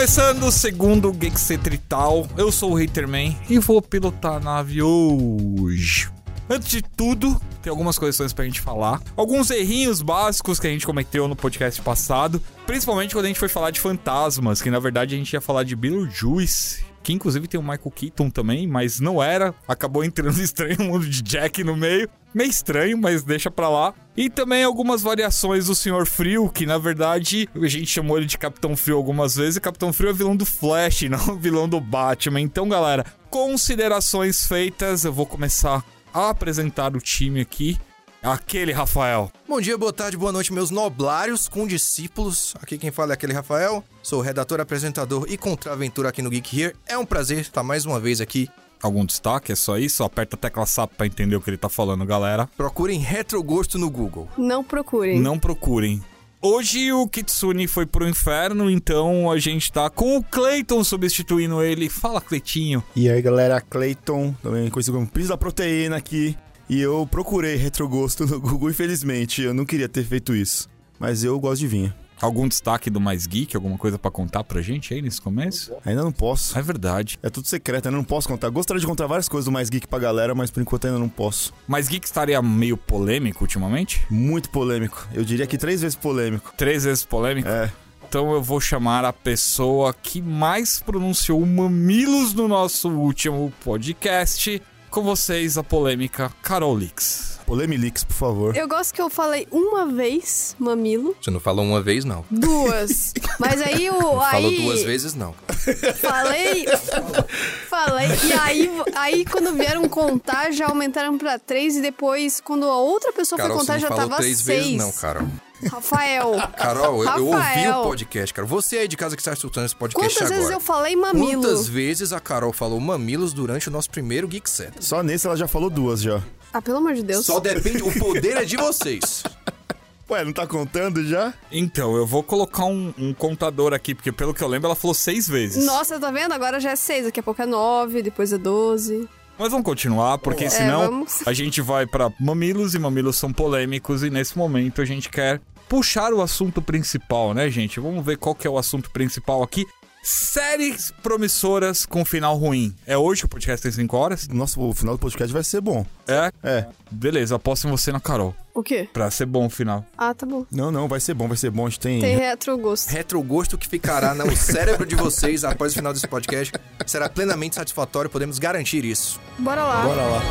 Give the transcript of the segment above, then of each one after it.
Começando o segundo Geekcetrital, eu sou o Haterman e vou pilotar a nave hoje. Antes de tudo, tem algumas questões pra gente falar. Alguns errinhos básicos que a gente cometeu no podcast passado, principalmente quando a gente foi falar de fantasmas, que na verdade a gente ia falar de Beetlejuice, que inclusive tem o Michael Keaton também, mas não era. Acabou entrando Estranho Mundo de Jack no meio. Meio estranho, mas deixa pra lá. E também algumas variações do Senhor Frio, que na verdade a gente chamou ele de Capitão Frio algumas vezes. E Capitão Frio é vilão do Flash, não vilão do Batman. Então, galera, considerações feitas. Eu vou começar a apresentar o time aqui. Aquele Rafael. Bom dia, boa tarde, boa noite, meus noblários condiscípulos. Aqui quem fala é aquele Rafael. Sou redator, apresentador e contraventura aqui no Geek Here. É um prazer estar mais uma vez aqui. Algum destaque? É só isso? Aperta a tecla SAP pra entender o que ele tá falando, galera. Procurem Retrogosto no Google. Não procurem. Não procurem. Hoje o Kitsune foi pro inferno, então a gente tá com o Clayton substituindo ele. Fala, Cleitinho. E aí, galera, Clayton, também conhecido como Príncipe da Proteína aqui. E eu procurei Retrogosto no Google, infelizmente. Eu não queria ter feito isso, mas eu gosto de vinho. Algum destaque do Mais Geek? Alguma coisa pra contar pra gente aí nesse começo? Ainda não posso. É verdade. É tudo secreto, ainda não posso contar. Gostaria de contar várias coisas do Mais Geek pra galera, mas por enquanto ainda não posso. Mais Geek estaria meio polêmico ultimamente? Muito polêmico. Eu diria que 3 vezes polêmico. 3 vezes polêmico? É. Então eu vou chamar a pessoa que mais pronunciou mamilos no nosso último podcast. Com vocês, a polêmica Carol Lix. Polemilix, por favor. Eu gosto que eu falei uma vez mamilo. Você não falou uma vez, não. 2. Mas aí o... Não aí... falou 2 vezes, não. Falei. E aí quando vieram contar, já aumentaram pra 3. E depois, quando a outra pessoa Carol, foi contar, já tava 6. Carol, você não falou 3 vezes, não, Carol. Rafael. Carol, eu ouvi o podcast, cara. Você aí de casa que está escutando esse podcast Quantas agora. vezes eu falei mamilo? Quantas vezes a Carol falou mamilos durante o nosso primeiro Geek Set? Só nesse ela já falou 2 já. Ah, pelo amor de Deus. Só depende, o poder é de vocês. Ué, não tá contando já? Então, eu vou colocar um contador aqui, porque pelo que eu lembro, ela falou 6 vezes. Nossa, tá vendo? Agora já é 6, daqui a pouco é 9, depois é 12. Mas vamos continuar, porque senão a gente vai pra mamilos, e mamilos são polêmicos, e nesse momento a gente quer puxar o assunto principal, né, gente? Vamos ver qual que é o assunto principal aqui. Séries promissoras com final ruim. É hoje que o podcast tem 5 horas? Nossa, o final do podcast vai ser bom. É? É. Beleza, aposto em você na Carol. O quê? Pra ser bom o final. Ah, tá bom. Não, vai ser bom, vai ser bom. A gente tem... Tem retrogosto. Retrogosto que ficará no cérebro de vocês após o final desse podcast será plenamente satisfatório, podemos garantir isso. Bora lá. Bora lá.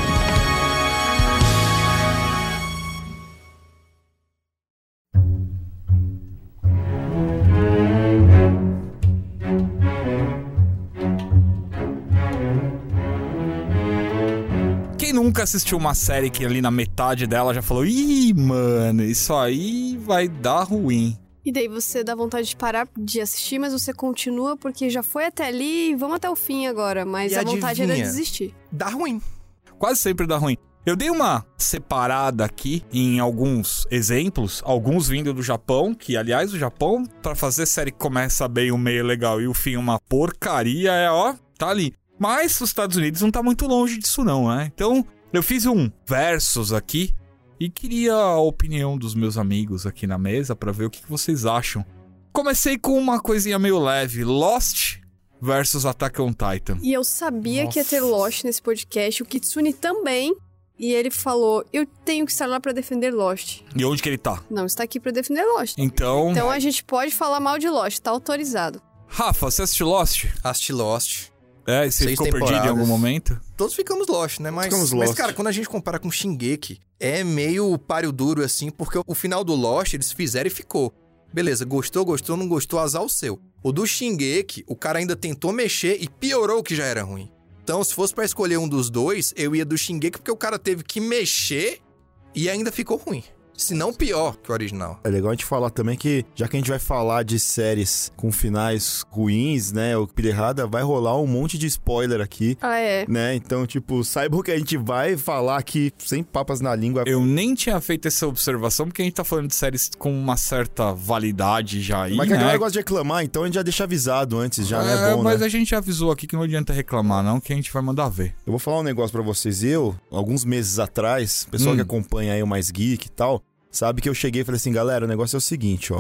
Nunca assistiu uma série que ali na metade dela já falou: ih, mano, isso aí vai dar ruim. E daí você dá vontade de parar de assistir, mas você continua porque já foi até ali e vamos até o fim agora. Mas e a vontade era adivinha? desistir. Dá ruim. Quase sempre dá ruim. Eu dei uma separada aqui em alguns exemplos, alguns vindo do Japão, que aliás o Japão, pra fazer série que começa bem, o meio legal e o fim uma porcaria, tá ali. Mas os Estados Unidos não tá muito longe disso não, né? Então, eu fiz um versus aqui e queria a opinião dos meus amigos aqui na mesa pra ver o que vocês acham. Comecei com uma coisinha meio leve, Lost versus Attack on Titan. E eu sabia que ia ter Lost nesse podcast, o Kitsune também. E ele falou, eu tenho que estar lá pra defender Lost. E onde que ele tá? Não, está aqui pra defender Lost. Então a gente pode falar mal de Lost, tá autorizado. Rafa, você assistiu Lost? Assisti Lost. É, e você ficou perdido em algum momento? Todos ficamos Lost, né? Mas, cara, quando a gente compara com Shingeki, é meio páreo duro, assim, porque o final do Lost eles fizeram e ficou. Beleza, gostou, não gostou, azar o seu. O do Shingeki, o cara ainda tentou mexer e piorou o que já era ruim. Então, se fosse pra escolher um dos dois, eu ia do Shingeki porque o cara teve que mexer e ainda ficou ruim. Se não pior que o original. É legal a gente falar também que, já que a gente vai falar de séries com finais ruins, né, ou pilha errada, vai rolar um monte de spoiler aqui. Ah, é? Né, então, tipo, saibam que a gente vai falar aqui sem papas na língua. Eu nem tinha feito essa observação, porque a gente tá falando de séries com uma certa validade já aí, mas que a né? galera gosta de reclamar, então a gente já deixa avisado antes, já, né, bom, mas né? a gente já avisou aqui que não adianta reclamar não, que a gente vai mandar ver. Eu vou falar um negócio pra vocês. Alguns meses atrás, pessoal que acompanha aí o Mais Geek e tal, sabe que eu cheguei e falei assim, galera, o negócio é o seguinte, ó.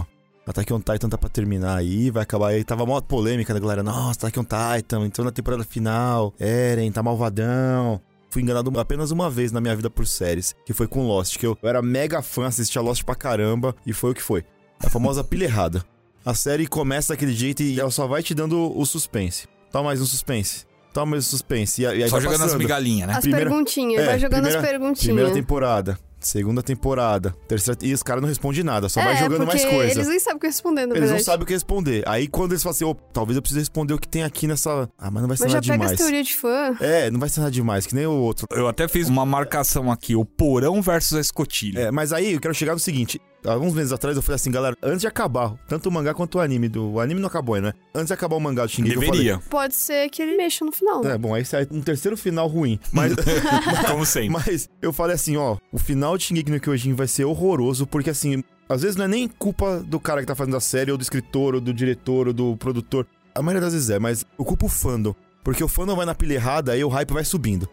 Attack on Titan tá pra terminar aí, vai acabar aí. Tava mó polêmica da galera. Nossa, Attack on Titan, entrou na temporada final. Eren, tá malvadão. Fui enganado apenas uma vez na minha vida por séries, que foi com Lost, que eu era mega fã, assistia Lost pra caramba, e foi o que foi. A famosa pilha errada. A série começa daquele jeito e ela só vai te dando o suspense. Toma mais um suspense. Toma mais um suspense. E aí só vai jogando passando. as migalhinhas, né? As perguntinhas, vai jogando as perguntinhas. Primeira temporada. Segunda temporada, terceira... E os caras não respondem nada, só vai jogando mais coisa. Eles nem sabem o que responder, na verdade. Eles não sabem o que responder. Aí quando eles falam assim, talvez eu precise responder o que tem aqui nessa... Ah, mas não vai ser nada demais. Mas já pega as teorias de fã. Não vai ser nada demais, que nem o outro. Eu até fiz uma marcação aqui, o porão versus a escotilha. Mas aí eu quero chegar no seguinte... Alguns meses atrás eu falei assim, galera, antes de acabar, tanto o mangá quanto o anime, o anime não acabou, né? Antes de acabar o mangá do Shingeki, deveria. Pode ser que ele mexa no final. Bom, aí sai um terceiro final ruim. Mas, como sempre. Mas eu falei assim, o final de Shingeki no Kyojin vai ser horroroso, porque assim, às vezes não é nem culpa do cara que tá fazendo a série, ou do escritor, ou do diretor, ou do produtor. A maioria das vezes mas eu culpo o fandom. Porque o fandom vai na pilha errada, aí o hype vai subindo.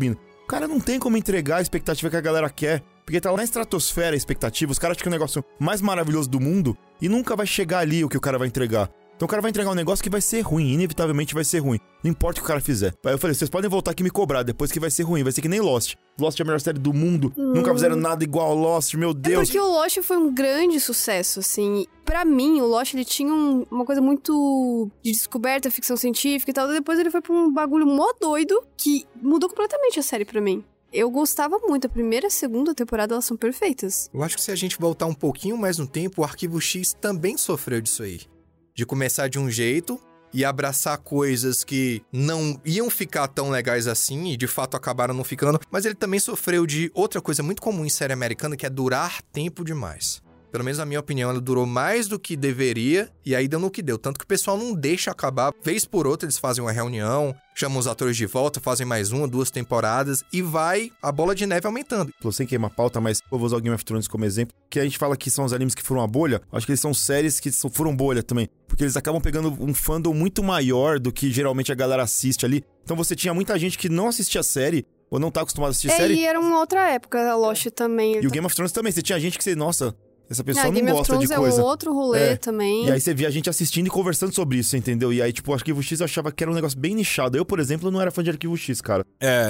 O cara não tem como entregar a expectativa que a galera quer. Porque tá lá na estratosfera a expectativa, os caras acham que é o negócio mais maravilhoso do mundo e nunca vai chegar ali o que o cara vai entregar. Então o cara vai entregar um negócio que vai ser ruim, inevitavelmente vai ser ruim. Não importa o que o cara fizer. Aí eu falei, vocês podem voltar aqui e me cobrar depois que vai ser ruim, vai ser que nem Lost. Lost é a melhor série do mundo, nunca fizeram nada igual ao Lost, meu Deus. Porque o Lost foi um grande sucesso, assim. Pra mim, o Lost, ele tinha uma coisa muito de descoberta, ficção científica e tal. E depois ele foi pra um bagulho mó doido que mudou completamente a série pra mim. Eu gostava muito. A primeira e a segunda temporada, elas são perfeitas. Eu acho que se a gente voltar um pouquinho mais no tempo, o Arquivo X também sofreu disso aí. De começar de um jeito e abraçar coisas que não iam ficar tão legais assim, e de fato acabaram não ficando. Mas ele também sofreu de outra coisa muito comum em série americana, que é durar tempo demais. Pelo menos na minha opinião, ela durou mais do que deveria, e aí deu no que deu. Tanto que o pessoal não deixa acabar. Vez por outra, eles fazem uma reunião, chamam os atores de volta, fazem mais 1, 2 temporadas, e vai a bola de neve aumentando. Eu sei que é uma pauta, mas eu vou usar o Game of Thrones como exemplo, que a gente fala que são os animes que foram a bolha, acho que eles são séries que foram bolha também, porque eles acabam pegando um fandom muito maior do que geralmente a galera assiste ali. Então você tinha muita gente que não assistia a série, ou não tá acostumado a assistir série. E era uma outra época, a Lost também. E o Game of Thrones também, você tinha gente que nossa... Essa pessoa não Game gosta of de coisa. É um outro rolê também. E aí você via a gente assistindo e conversando sobre isso, entendeu? E aí, tipo, o Arquivo X eu achava que era um negócio bem nichado. Eu, por exemplo, não era fã de Arquivo X, cara.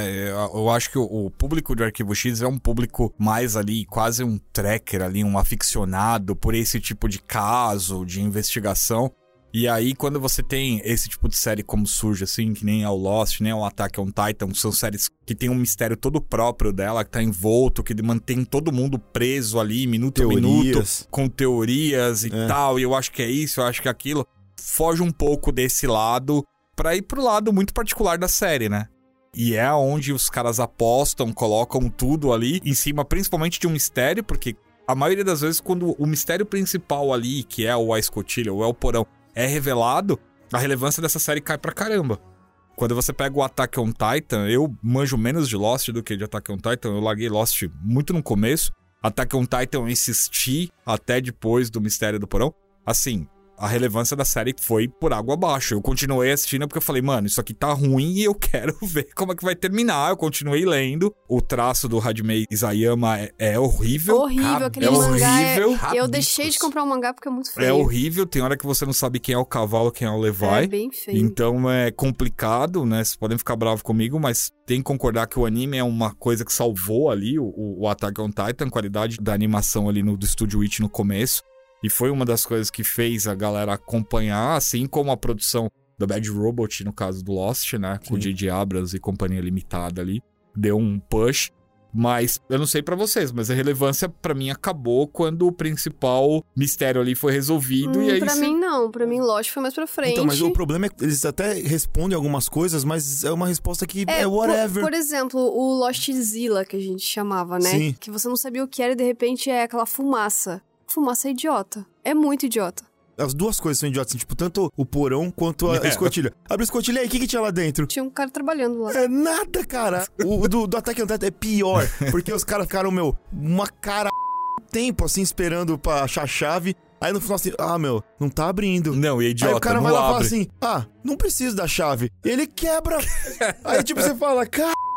Eu acho que o público de Arquivo X é um público mais ali, quase um tracker ali, um aficionado por esse tipo de caso, de investigação. E aí, quando você tem esse tipo de série como surge, assim, que nem é o Lost, nem é o Attack on Titan, são séries que tem um mistério todo próprio dela, que tá envolto, que mantém todo mundo preso ali, minuto a minuto, com teorias e tal, e eu acho que é isso, eu acho que é aquilo. Foge um pouco desse lado pra ir pro lado muito particular da série, né? E é onde os caras apostam, colocam tudo ali em cima, principalmente de um mistério, porque a maioria das vezes, quando o mistério principal ali, que é a escotilha ou é o porão, é revelado, a relevância dessa série cai pra caramba. Quando você pega o Attack on Titan, eu manjo menos de Lost do que de Attack on Titan, eu larguei Lost muito no começo. Attack on Titan eu insisti até depois do Mistério do Porão. Assim, a relevância da série foi por água abaixo. Eu continuei assistindo porque eu falei, mano, isso aqui tá ruim e eu quero ver como é que vai terminar. Eu continuei lendo. O traço do Hajime Isayama é horrível. Horrível, aquele mangá. Eu deixei de comprar o mangá porque é muito feio. É horrível, tem hora que você não sabe quem é o cavalo, quem é o Levi. É bem feio. Então é complicado, né? Vocês podem ficar bravos comigo, mas tem que concordar que o anime é uma coisa que salvou ali o Attack on Titan, qualidade da animação ali do Studio Witch no começo. E foi uma das coisas que fez a galera acompanhar, assim como a produção da Bad Robot, no caso do Lost, né? Com o J.J. Abrams e companhia limitada ali. Deu um push. Mas, eu não sei pra vocês, mas a relevância pra mim acabou quando o principal mistério ali foi resolvido. E aí pra mim não, pra mim Lost foi mais pra frente. Então, mas o problema é que eles até respondem algumas coisas, mas é uma resposta que é whatever. Por exemplo, o Lostzilla, que a gente chamava, né? Sim. Que você não sabia o que era e de repente é aquela fumaça. Fumaça é idiota. É muito idiota. As duas coisas são idiotas, assim, tipo, tanto o porão quanto a escotilha. Abre a escotilha aí, o que tinha lá dentro? Tinha um cara trabalhando lá. É nada, cara. O do Attack on Titan é pior, porque os caras ficaram, uma cara tempo, assim, esperando pra achar a chave. Aí no final assim, não tá abrindo. Não, e idiota, aí o cara vai lá e fala assim, não preciso da chave. E ele quebra. Aí tipo, você fala,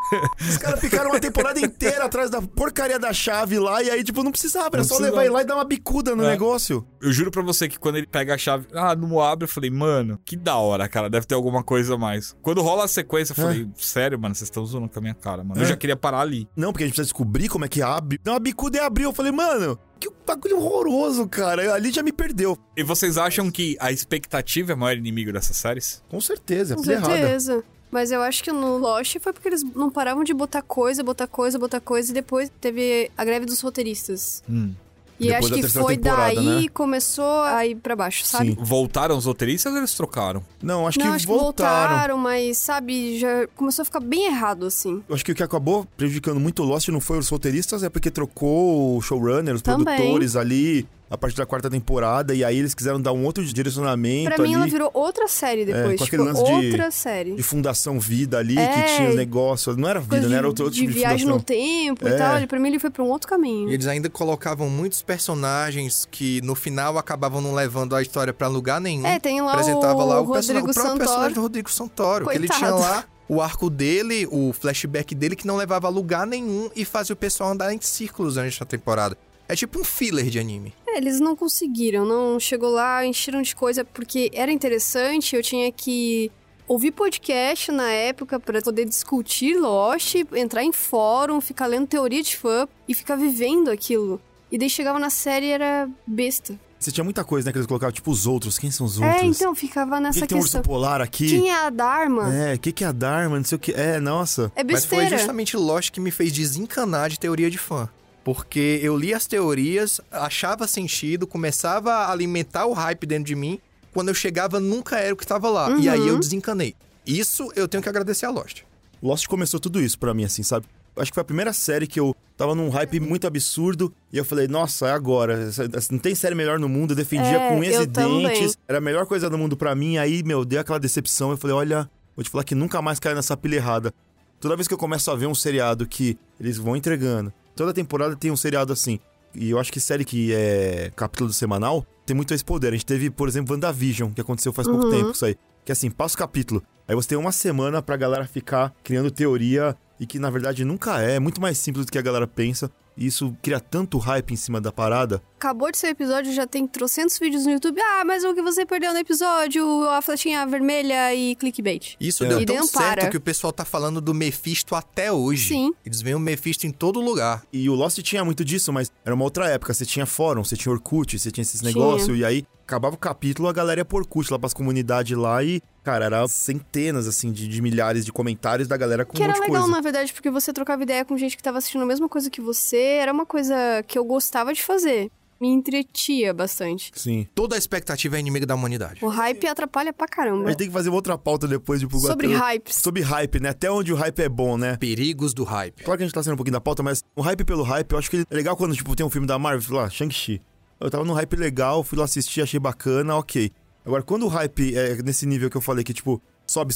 Os caras ficaram uma temporada inteira atrás da porcaria da chave lá, e aí, tipo, não precisava, era só levar ele lá e dar uma bicuda no negócio. Eu juro pra você que quando ele pega a chave, não abre, eu falei, mano, que da hora, cara, deve ter alguma coisa a mais. Quando rola a sequência, eu falei, sério, mano, vocês estão zoando com a minha cara, mano. Eu já queria parar ali. Não, porque a gente precisa descobrir como é que abre. Dá uma bicuda e abriu. Eu falei, mano, que bagulho horroroso, cara. Ali já me perdeu. E vocês acham que a expectativa é o maior inimigo dessas séries? Com certeza, é com tudo errado. certeza. Mas eu acho que no Lost foi porque eles não paravam de botar coisa, e depois teve a greve dos roteiristas. E Depois acho que foi daí que começou a ir pra baixo, sabe? Sim. Voltaram os roteiristas ou eles trocaram? Não, acho Não, que acho voltaram. que voltaram, mas, sabe, já começou a ficar bem errado, assim. Eu acho que o que acabou prejudicando muito o Lost não foi os roteiristas, é porque trocou o showrunner, os produtores ali, a partir da 4ª temporada, e aí eles quiseram dar um outro direcionamento Pra mim, ali. ela virou outra série depois, com tipo, aquele lance outra série. de Fundação Vida ali, que tinha os negócios. Não era vida, Coisa né? Era outro de tipo de viagem fundação. no tempo e tal. Pra mim, ele foi pra um outro caminho. E eles ainda colocavam muitos personagens que no final acabavam não levando a história pra lugar nenhum. Tem lá Apresentava lá o Rodrigo próprio personagem do Rodrigo Santoro. Que ele tinha lá o arco dele, o flashback dele, que não levava a lugar nenhum e fazia o pessoal andar em círculos durante a temporada. É tipo um filler de anime. Eles não conseguiram, não chegou lá, encheram de coisa, porque era interessante, eu tinha que ouvir podcast na época pra poder discutir Lost, entrar em fórum, ficar lendo teoria de fã e ficar vivendo aquilo. E daí chegava na série e era besta. Você tinha muita coisa, né? Que eles colocavam, tipo, os outros. Quem são os outros? Então, ficava nessa Por que tem um urso polar aqui? Quem é a Dharma? O que é a Dharma? Não sei o que. Nossa. É Mas besteira. foi justamente Lost que me fez desencanar de teoria de fã. Porque eu li as teorias, achava sentido, começava a alimentar o hype dentro de mim. Quando eu chegava, nunca era o que estava lá. E aí eu desencanei. Isso eu tenho que agradecer a Lost. Lost começou tudo isso pra mim, assim, sabe? Acho que foi a primeira série que eu tava num hype muito absurdo. E eu falei, nossa, é agora. Não tem série melhor no mundo. Eu defendia com unhas e dentes. Era a melhor coisa do mundo pra mim. Aí, deu aquela decepção. Eu falei, olha, vou te falar que nunca mais caio nessa pilha errada. Toda vez que eu começo a ver um seriado que eles vão entregando, toda temporada tem um seriado assim. E eu acho que série que é capítulo semanal tem muito esse poder. A gente teve, por exemplo, WandaVision, que aconteceu faz pouco tempo, isso aí. Que assim, passa o capítulo. Aí você tem uma semana pra galera ficar criando teoria e que na verdade nunca é. É muito mais simples do que a galera pensa. E isso cria tanto hype em cima da parada. Acabou de ser o episódio, já tem trocentos vídeos no YouTube. Mas o que você perdeu no episódio? A flechinha vermelha e clickbait. Isso deu tão certo que o pessoal tá falando do Mephisto até hoje. Sim. Eles veem o Mephisto em todo lugar. E o Lost tinha muito disso, mas era uma outra época. Você tinha fórum, você tinha Orkut, você tinha esses negócios. E aí, acabava o capítulo, a galera ia por Orkut lá pras comunidades lá e... Cara, era centenas, assim, de milhares de comentários da galera com um monte de coisa. Que era legal, na verdade, porque você trocava ideia com gente que tava assistindo a mesma coisa que você. Era uma coisa que eu gostava de fazer. Me entretia bastante. Sim. Toda a expectativa é inimiga da humanidade. O hype atrapalha pra caramba. A gente tem que fazer uma outra pauta depois de Sobre hypes. Sobre hype, né? Até onde o hype é bom, né? Perigos do hype. Claro que a gente tá saindo um pouquinho da pauta, mas o hype pelo hype, eu acho que é legal quando, tipo, tem um filme da Marvel, lá, Shang-Chi. Eu tava num hype legal, fui lá assistir, achei bacana, ok. Agora, quando o hype é nesse nível que eu falei, que, tipo, sobe,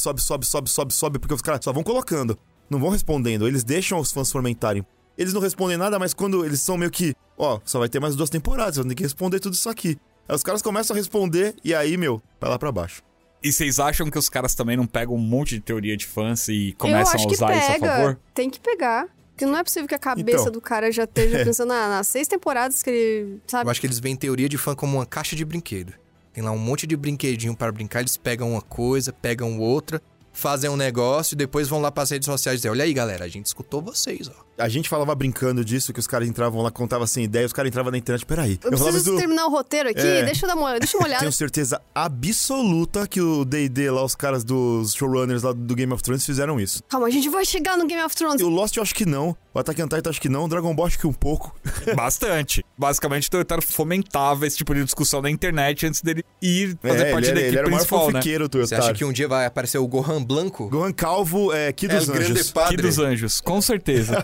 porque os caras só vão colocando, não vão respondendo, eles deixam os fãs fermentarem. Eles não respondem nada, mas quando eles são meio que, só vai ter mais 2 temporadas, eu tenho que responder tudo isso aqui. Aí os caras começam a responder e aí, vai lá pra baixo. E vocês acham que os caras também não pegam um monte de teoria de fãs e começam a usar isso a favor? Tem que pegar. Porque não é possível que a cabeça do cara já esteja pensando nas 6 temporadas que ele, sabe? Eu acho que eles veem teoria de fã como uma caixa de brinquedo. Tem lá um monte de brinquedinho para brincar, eles pegam uma coisa, pegam outra, fazem um negócio e depois vão lá pras redes sociais e dizem, olha aí, galera, a gente escutou vocês, ó. A gente falava brincando disso, que os caras entravam lá, contavam sem ideia, os caras entravam na internet, peraí. Eu preciso terminar o roteiro aqui, deixa eu dar uma olhada. Tenho certeza absoluta que o D&D lá, os caras dos showrunners lá do Game of Thrones fizeram isso. Calma, a gente vai chegar no Game of Thrones. O Lost eu acho que não, o Attack on Titan acho que não, o Dragon Ball acho que um pouco. Bastante. Basicamente, tentaram fomentar esse tipo de discussão na internet antes dele ir fazer parte da equipe ele principal, era o maior né? Você acha que um dia vai aparecer o Gohan Blanco? Gohan Calvo, Ki dos Anjos. Ki dos Anjos, com certeza.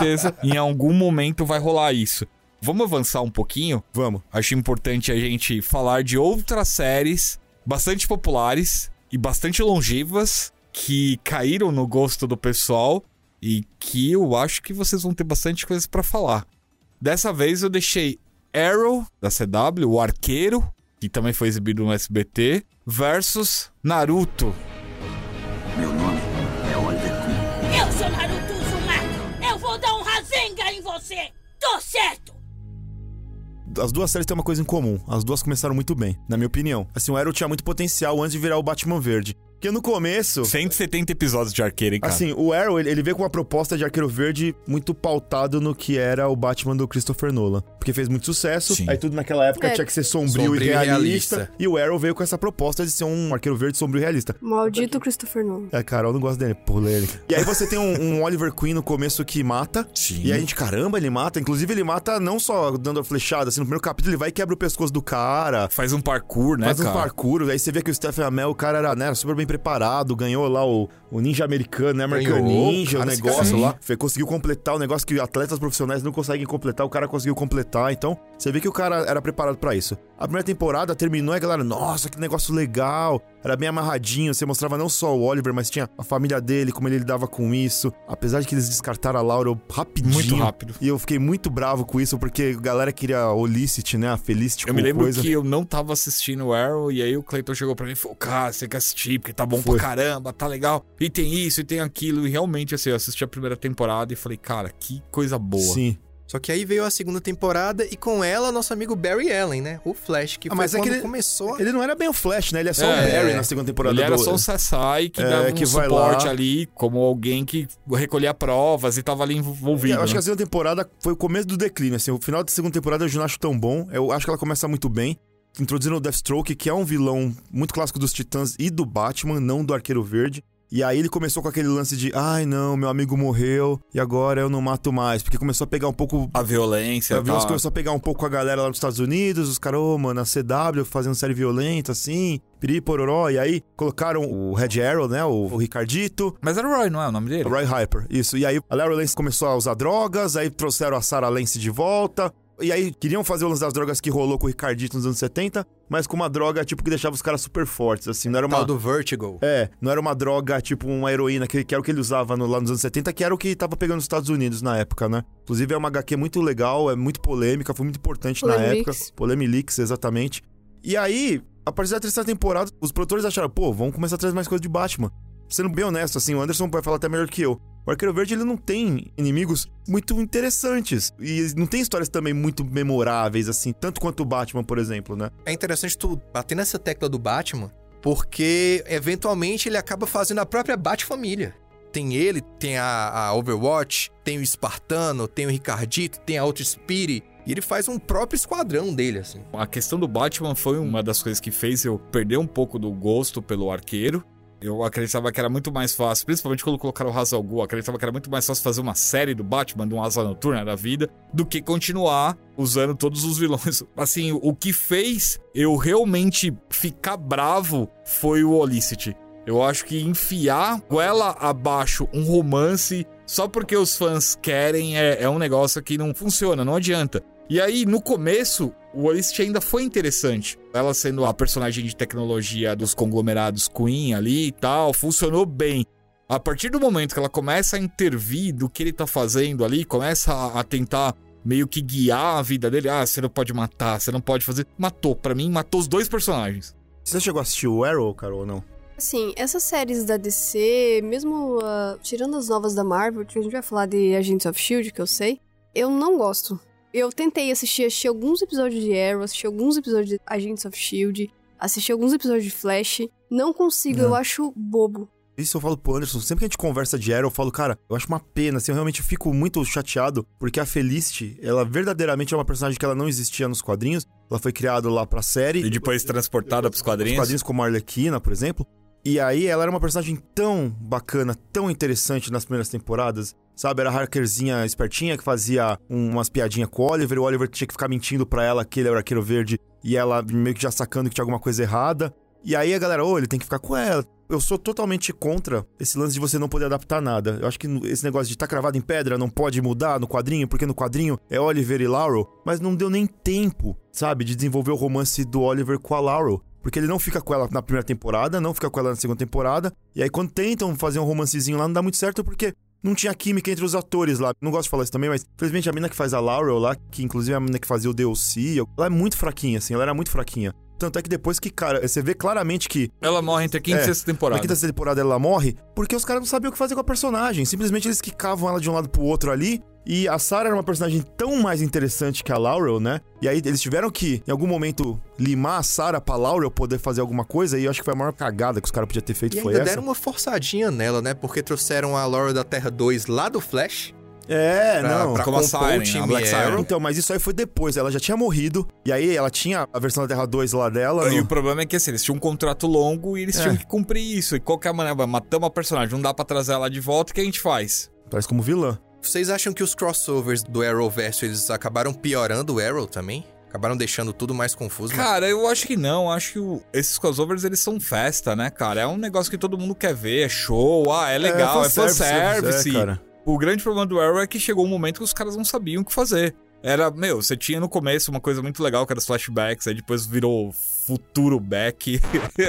Em algum momento vai rolar isso. Vamos avançar um pouquinho? Vamos. Acho importante a gente falar de outras séries bastante populares e bastante longevas que caíram no gosto do pessoal e que eu acho que vocês vão ter bastante coisas pra falar. Dessa vez eu deixei Arrow, da CW, o Arqueiro, que também foi exibido no SBT, versus Naruto. Meu nome é Oliver Queen. Eu sou Naruto você, tô certo! As duas séries têm uma coisa em comum. As duas começaram muito bem, na minha opinião. Assim, o Arrow tinha muito potencial antes de virar o Batman Verde. Porque no começo... 170 episódios de Arqueiro, hein, cara? Assim, o Arrow, ele veio com uma proposta de Arqueiro Verde muito pautado no que era o Batman do Christopher Nolan. Porque fez muito sucesso. Sim. Aí tudo naquela época tinha que ser sombrio e realista. E o Arrow veio com essa proposta de ser um Arqueiro Verde sombrio e realista. Maldito Christopher Nolan. Carol não gosta dele, polêmica. E aí você tem um Oliver Queen no começo que mata. Sim. E aí a gente, caramba, ele mata. Inclusive ele mata não só dando a flechada, assim, no primeiro capítulo ele vai e quebra o pescoço do cara. Faz um parkour, né, cara? Faz um parkour. Aí você vê que o Stephen Amell, o cara era super bem preparado, ganhou lá o Ninja Americano, né? American Ninja, o negócio lá. Conseguiu completar o negócio que atletas profissionais não conseguem completar, o cara conseguiu completar. Então, você vê que o cara era preparado pra isso. A primeira temporada terminou e a galera, nossa, que negócio legal. Era bem amarradinho, você mostrava não só o Oliver, mas tinha a família dele, como ele lidava com isso. Apesar de que eles descartaram a Laurel rapidinho. Muito rápido. E eu fiquei muito bravo com isso, porque a galera queria a Olicity, né? A Felicity. Eu me lembro que eu não tava assistindo o Arrow, e aí o Clayton chegou pra mim e falou, cara, você tem que assistir, porque tá bom pra caramba, tá legal. E tem isso, e tem aquilo. E realmente, assim, eu assisti a primeira temporada e falei, cara, que coisa boa. Sim. Só que aí veio a segunda temporada e com ela, nosso amigo Barry Allen, né? O Flash, que foi mas quando ele começou... Ele não era bem o Flash, né? Ele é só o Barry na segunda temporada. Ele era só um CSI que dava um suporte ali, como alguém que recolhia provas e tava ali envolvido. Eu acho que a segunda temporada foi o começo do declínio, assim. O final da segunda temporada eu já não acho tão bom. Eu acho que ela começa muito bem. Introduzindo o Deathstroke, que é um vilão muito clássico dos Titãs e do Batman, não do Arqueiro Verde. E aí ele começou com aquele lance de ai não, meu amigo morreu e agora eu não mato mais. Porque começou a pegar um pouco... A violência. A violência começou a pegar um pouco a galera lá dos Estados Unidos. Os caras, mano, a CW fazendo série violenta, assim, piri pororó. E aí colocaram o Red Arrow, né, o Ricardito. Mas era o Roy, não é o nome dele? Roy Hyper, isso. E aí a Lara Lance começou a usar drogas, aí trouxeram a Sarah Lance de volta. E aí queriam fazer o lance das drogas que rolou com o Ricardito nos anos 70, mas com uma droga, tipo, que deixava os caras super fortes, assim, não era uma... Tal do Vertigo. Não era uma droga, tipo, uma heroína, que era o que ele usava lá nos anos 70, que era o que tava pegando nos Estados Unidos na época, né? Inclusive é uma HQ muito legal, é muito polêmica, foi muito importante na época. Polemilix, exatamente. E aí, a partir da terceira temporada, os produtores acharam, pô, vamos começar a trazer mais coisa de Batman. Sendo bem honesto, assim, o Anderson vai falar até melhor que eu. O Arqueiro Verde, ele não tem inimigos muito interessantes. E não tem histórias também muito memoráveis, assim, tanto quanto o Batman, por exemplo, né? É interessante tu bater nessa tecla do Batman, porque, eventualmente, ele acaba fazendo a própria Bat-família. Tem ele, tem a Overwatch, tem o Espartano, tem o Ricardito, tem a outra Speedy. E ele faz um próprio esquadrão dele, assim. A questão do Batman foi uma das coisas que fez eu perder um pouco do gosto pelo Arqueiro. Eu acreditava que era muito mais fácil, principalmente quando colocaram o Ra's al Ghul, acreditava que era muito mais fácil fazer uma série do Batman, de um Asa Noturna da vida, do que continuar usando todos os vilões. Assim, o que fez eu realmente ficar bravo foi o Olicity. Eu acho que enfiar goela abaixo um romance só porque os fãs querem é um negócio que não funciona, não adianta. E aí, no começo, o Olicity ainda foi interessante. Ela sendo a personagem de tecnologia dos conglomerados Queen ali e tal, funcionou bem. A partir do momento que ela começa a intervir do que ele tá fazendo ali, começa a tentar meio que guiar a vida dele. Ah, você não pode matar, você não pode fazer... Matou, pra mim, matou os dois personagens. Você chegou a assistir o Arrow, Carol, ou não? Assim, essas séries da DC, mesmo tirando as novas da Marvel, que a gente vai falar de Agents of S.H.I.E.L.D., que eu sei, eu não gosto. Eu tentei assistir alguns episódios de Arrow, assistir alguns episódios de Agents of S.H.I.E.L.D., assistir alguns episódios de Flash. Não consigo, eu acho bobo. Isso eu falo pro Anderson, sempre que a gente conversa de Arrow, eu falo, cara, eu acho uma pena, assim, eu realmente fico muito chateado, porque a Felicity, ela verdadeiramente é uma personagem que ela não existia nos quadrinhos, ela foi criada lá pra série. E depois transportada pros quadrinhos. Os quadrinhos como a Arlequina, por exemplo. E aí ela era uma personagem tão bacana, tão interessante nas primeiras temporadas, sabe? Era a hackerzinha espertinha que fazia umas piadinhas com o Oliver tinha que ficar mentindo pra ela que ele era o Arqueiro Verde, e ela meio que já sacando que tinha alguma coisa errada. E aí a galera, ele tem que ficar com ela. Eu sou totalmente contra esse lance de você não poder adaptar nada. Eu acho que esse negócio de estar cravado em pedra não pode mudar no quadrinho, porque no quadrinho é Oliver e Laurel, mas não deu nem tempo, sabe, de desenvolver o romance do Oliver com a Laurel. Porque ele não fica com ela na primeira temporada, não fica com ela na segunda temporada. E aí quando tentam fazer um romancezinho lá, não dá muito certo porque não tinha química entre os atores lá. Não gosto de falar isso também, mas infelizmente a mina que faz a Laurel lá, que inclusive é a mina que fazia o DLC, ela é muito fraquinha, assim, ela era muito fraquinha. Tanto é que depois que, cara, você vê claramente que... Ela morre entre a quinta e sexta temporada. Na quinta e sexta temporada ela morre porque os caras não sabiam o que fazer com a personagem. Simplesmente eles quicavam ela de um lado pro outro ali. E a Sarah era uma personagem tão mais interessante que a Laurel, né? E aí eles tiveram que, em algum momento, limar a Sarah pra Laurel poder fazer alguma coisa. E eu acho que foi a maior cagada que os caras podiam ter feito, foi essa. E ainda deram uma forçadinha nela, né? Porque trouxeram a Laurel da Terra 2 lá do Flash. Pra como a Siren, a Black Siren. Então, mas isso aí foi depois, ela já tinha morrido, e aí ela tinha a versão da Terra 2 lá dela. E o problema é que assim, eles tinham um contrato longo e eles tinham que cumprir isso. E qual que é a maneira? Matamos a personagem, não dá pra trazer ela de volta, o que a gente faz? Parece como vilã. Vocês acham que os crossovers do Arrowverse, eles acabaram piorando o Arrow também? Acabaram deixando tudo mais confuso? Cara, eu acho que não. Acho que esses crossovers, eles são festa, né, cara? É um negócio que todo mundo quer ver, é show, é legal, é fanservice. Cara. O grande problema do Arrow é que chegou um momento que os caras não sabiam o que fazer. Era, você tinha no começo uma coisa muito legal, que era os flashbacks, aí depois virou futuro back.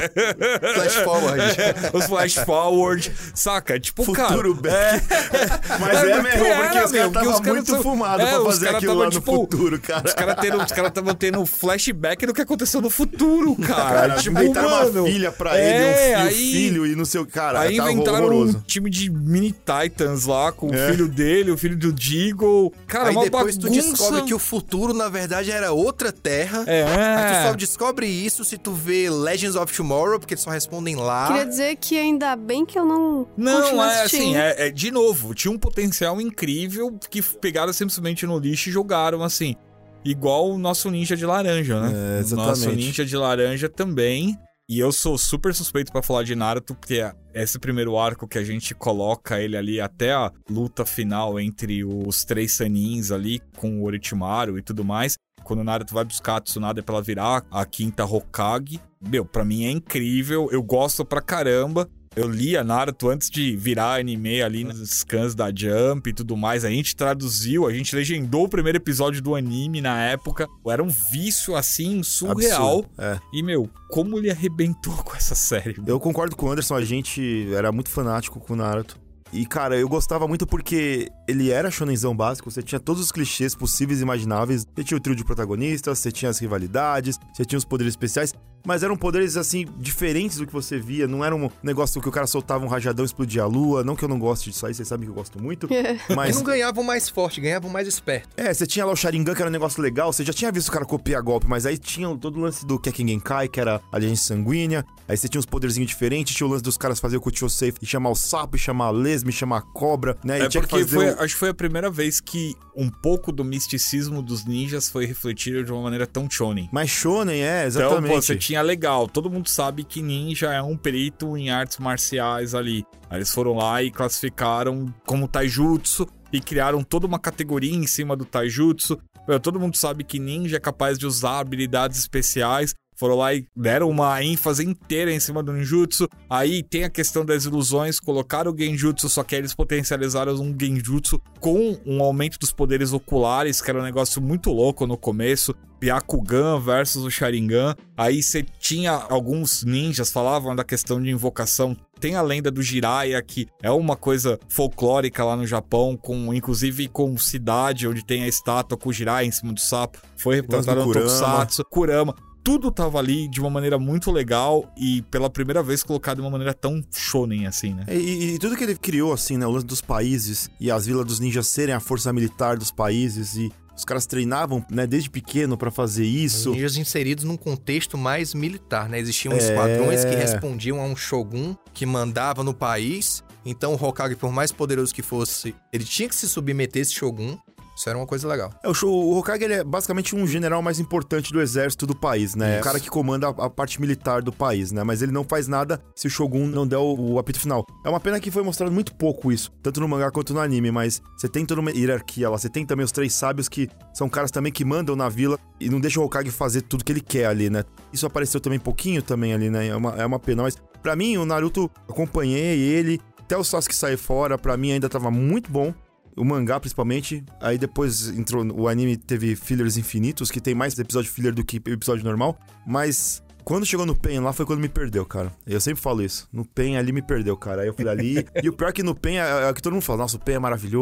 Flash forward. Os flash forward, saca? Tipo, futuro back. Mas mesmo, porque os caras estavam muito fumados pra fazer aquilo lá no futuro, cara. Os caras estavam tendo flashback do que aconteceu no futuro, cara. Tipo, inventaram uma filha pra ele, um filho e não sei o cara. Aí inventaram um time de mini Titans lá, com o filho dele, o filho do Deagle. Cara, aí uma depois bagunça. Tu descobre que o futuro, na verdade, era outra terra. Aí tu só descobre isso se tu vê Legends of Tomorrow, porque eles só respondem lá. Queria dizer que ainda bem que eu não assim, de novo, tinha um potencial incrível que pegaram simplesmente no lixo e jogaram, assim. Igual o nosso Ninja de Laranja, né? Exatamente. O nosso Ninja de Laranja também. E eu sou super suspeito pra falar de Naruto, porque esse primeiro arco que a gente coloca ele ali até a luta final entre os 3 Sanins ali, com o Orochimaru e tudo mais. Quando o Naruto vai buscar a Tsunade pra ela virar a 5ª Hokage. Pra mim é incrível, eu gosto pra caramba. Eu li a Naruto antes de virar anime ali nos scans da Jump e tudo mais. A gente traduziu, a gente legendou o primeiro episódio do anime na época. Era um vício, assim, surreal. E, como ele arrebentou com essa série. Eu concordo com o Anderson, a gente era muito fanático com o Naruto. E, cara, eu gostava muito porque ele era shonenzão básico, você tinha todos os clichês possíveis e imagináveis. Você tinha o trio de protagonistas, você tinha as rivalidades, você tinha os poderes especiais. Mas eram poderes, assim, diferentes do que você via. Não era um negócio que o cara soltava um rajadão e explodia a lua. Não que eu não goste disso aí, vocês sabem que eu gosto muito. Mas não ganhavam mais forte, ganhavam mais esperto. Você tinha lá o Sharingan, que era um negócio legal. Você já tinha visto o cara copiar golpe, mas aí tinha todo o lance do Kekken Genkai, que era a agência sanguínea. Aí você tinha uns poderzinhos diferentes. Tinha o lance dos caras fazer o Kuchosei e chamar o sapo, e chamar a lesma, e chamar a cobra, né? E tinha porque que fazer acho que foi a primeira vez que um pouco do misticismo dos ninjas foi refletido de uma maneira tão shonen. Mas shonen, exatamente. Então, você tinha legal. Todo mundo sabe que ninja é um perito em artes marciais ali. Aí eles foram lá e classificaram como taijutsu e criaram toda uma categoria em cima do taijutsu. Todo mundo sabe que ninja é capaz de usar habilidades especiais. Foram lá e deram uma ênfase inteira em cima do ninjutsu. Aí tem a questão das ilusões, colocaram o genjutsu, só que eles potencializaram um genjutsu com um aumento dos poderes oculares, que era um negócio muito louco no começo. Byakugan versus o Sharingan. Aí você tinha alguns ninjas, falavam da questão de invocação. Tem a lenda do Jiraiya, que é uma coisa folclórica lá no Japão, inclusive com cidade onde tem a estátua com o Jiraiya em cima do sapo. Foi representado no Tokusatsu, Kurama. Tudo tava ali de uma maneira muito legal e pela primeira vez colocado de uma maneira tão shonen assim, né? E tudo que ele criou, assim, né? O lance dos países e as vilas dos ninjas serem a força militar dos países e os caras treinavam, né, desde pequeno pra fazer isso. Os ninjas inseridos num contexto mais militar, né? Existiam esquadrões que respondiam a um shogun que mandava no país. Então o Hokage, por mais poderoso que fosse, ele tinha que se submeter a esse shogun. Isso era uma coisa legal. O Hokage, ele é basicamente um general mais importante do exército do país, né? Isso. O cara que comanda a parte militar do país, né? Mas ele não faz nada se o Shogun não der o apito final. É uma pena que foi mostrado muito pouco isso, tanto no mangá quanto no anime, mas você tem toda uma hierarquia lá. Você tem também os 3 sábios que são caras também que mandam na vila e não deixam o Hokage fazer tudo que ele quer ali, né? Isso apareceu também pouquinho também ali, né? É uma pena, mas pra mim, o Naruto, acompanhei ele, até o Sasuke sair fora, pra mim ainda tava muito bom. O mangá, principalmente. Aí depois entrou... O anime teve fillers infinitos, que tem mais episódio filler do que episódio normal. Mas quando chegou no Pain lá, foi quando me perdeu, cara. Eu sempre falo isso. No Pain ali me perdeu, cara. Aí eu fui ali... E o pior é que no Pain é que todo mundo fala, nossa, o Pain é maravilhoso.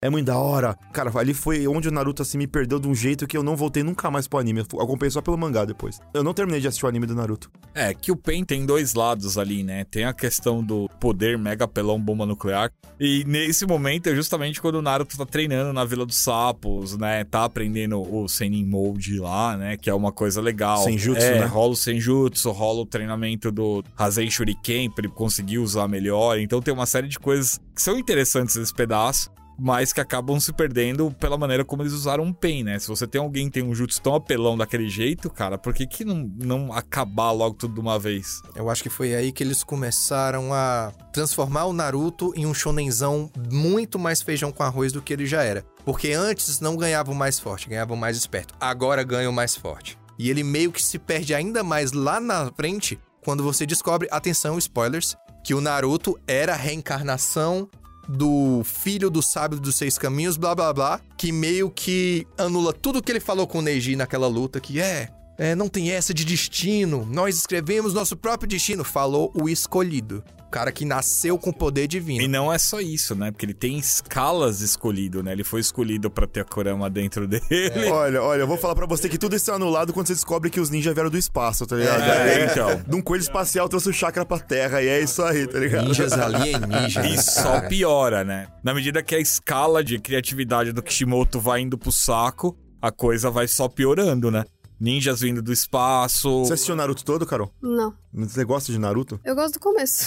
É muito da hora. Cara, ali foi onde o Naruto, assim, me perdeu de um jeito que eu não voltei nunca mais pro anime. Eu acompanhei só pelo mangá depois. Eu não terminei de assistir o anime do Naruto. É, que o Pain tem dois lados ali, né? Tem a questão do poder mega pelão bomba nuclear. E nesse momento é justamente quando o Naruto tá treinando na Vila dos Sapos, né? Tá aprendendo o Sennin Mode lá, né? Que é uma coisa legal. Senjutsu, né? Rola o Senjutsu, rola o treinamento do Rasen Shuriken pra ele conseguir usar melhor. Então tem uma série de coisas que são interessantes nesse pedaço, mas que acabam se perdendo pela maneira como eles usaram o Pain, né? Se você tem alguém que tem um jutsu tão apelão daquele jeito, cara, por que não acabar logo tudo de uma vez? Eu acho que foi aí que eles começaram a transformar o Naruto em um shonenzão muito mais feijão com arroz do que ele já era. Porque antes não ganhava o mais forte, ganhava o mais esperto. Agora ganha o mais forte. E ele meio que se perde ainda mais lá na frente quando você descobre, atenção, spoilers, que o Naruto era a reencarnação do filho do sábio dos 6 caminhos, blá blá blá, que meio que anula tudo que ele falou com o Neji naquela luta, que não tem essa de destino, nós escrevemos nosso próprio destino, falou o escolhido. O cara que nasceu com poder divino. E não é só isso, né? Porque ele tem escalas escolhido, né? Ele foi escolhido pra ter a Kurama dentro dele. Olha, eu vou falar pra você que tudo isso é anulado quando você descobre que os ninjas vieram do espaço, tá ligado? Então. De um coelho espacial trouxe o chakra pra terra, e é isso aí, tá ligado? Ninjas alienígenas. E só piora, né? Na medida que a escala de criatividade do Kishimoto vai indo pro saco, a coisa vai só piorando, né? Ninjas vindo do espaço. Você assistiu o Naruto todo, Carol? Não. Você gosta de Naruto? Eu gosto do começo.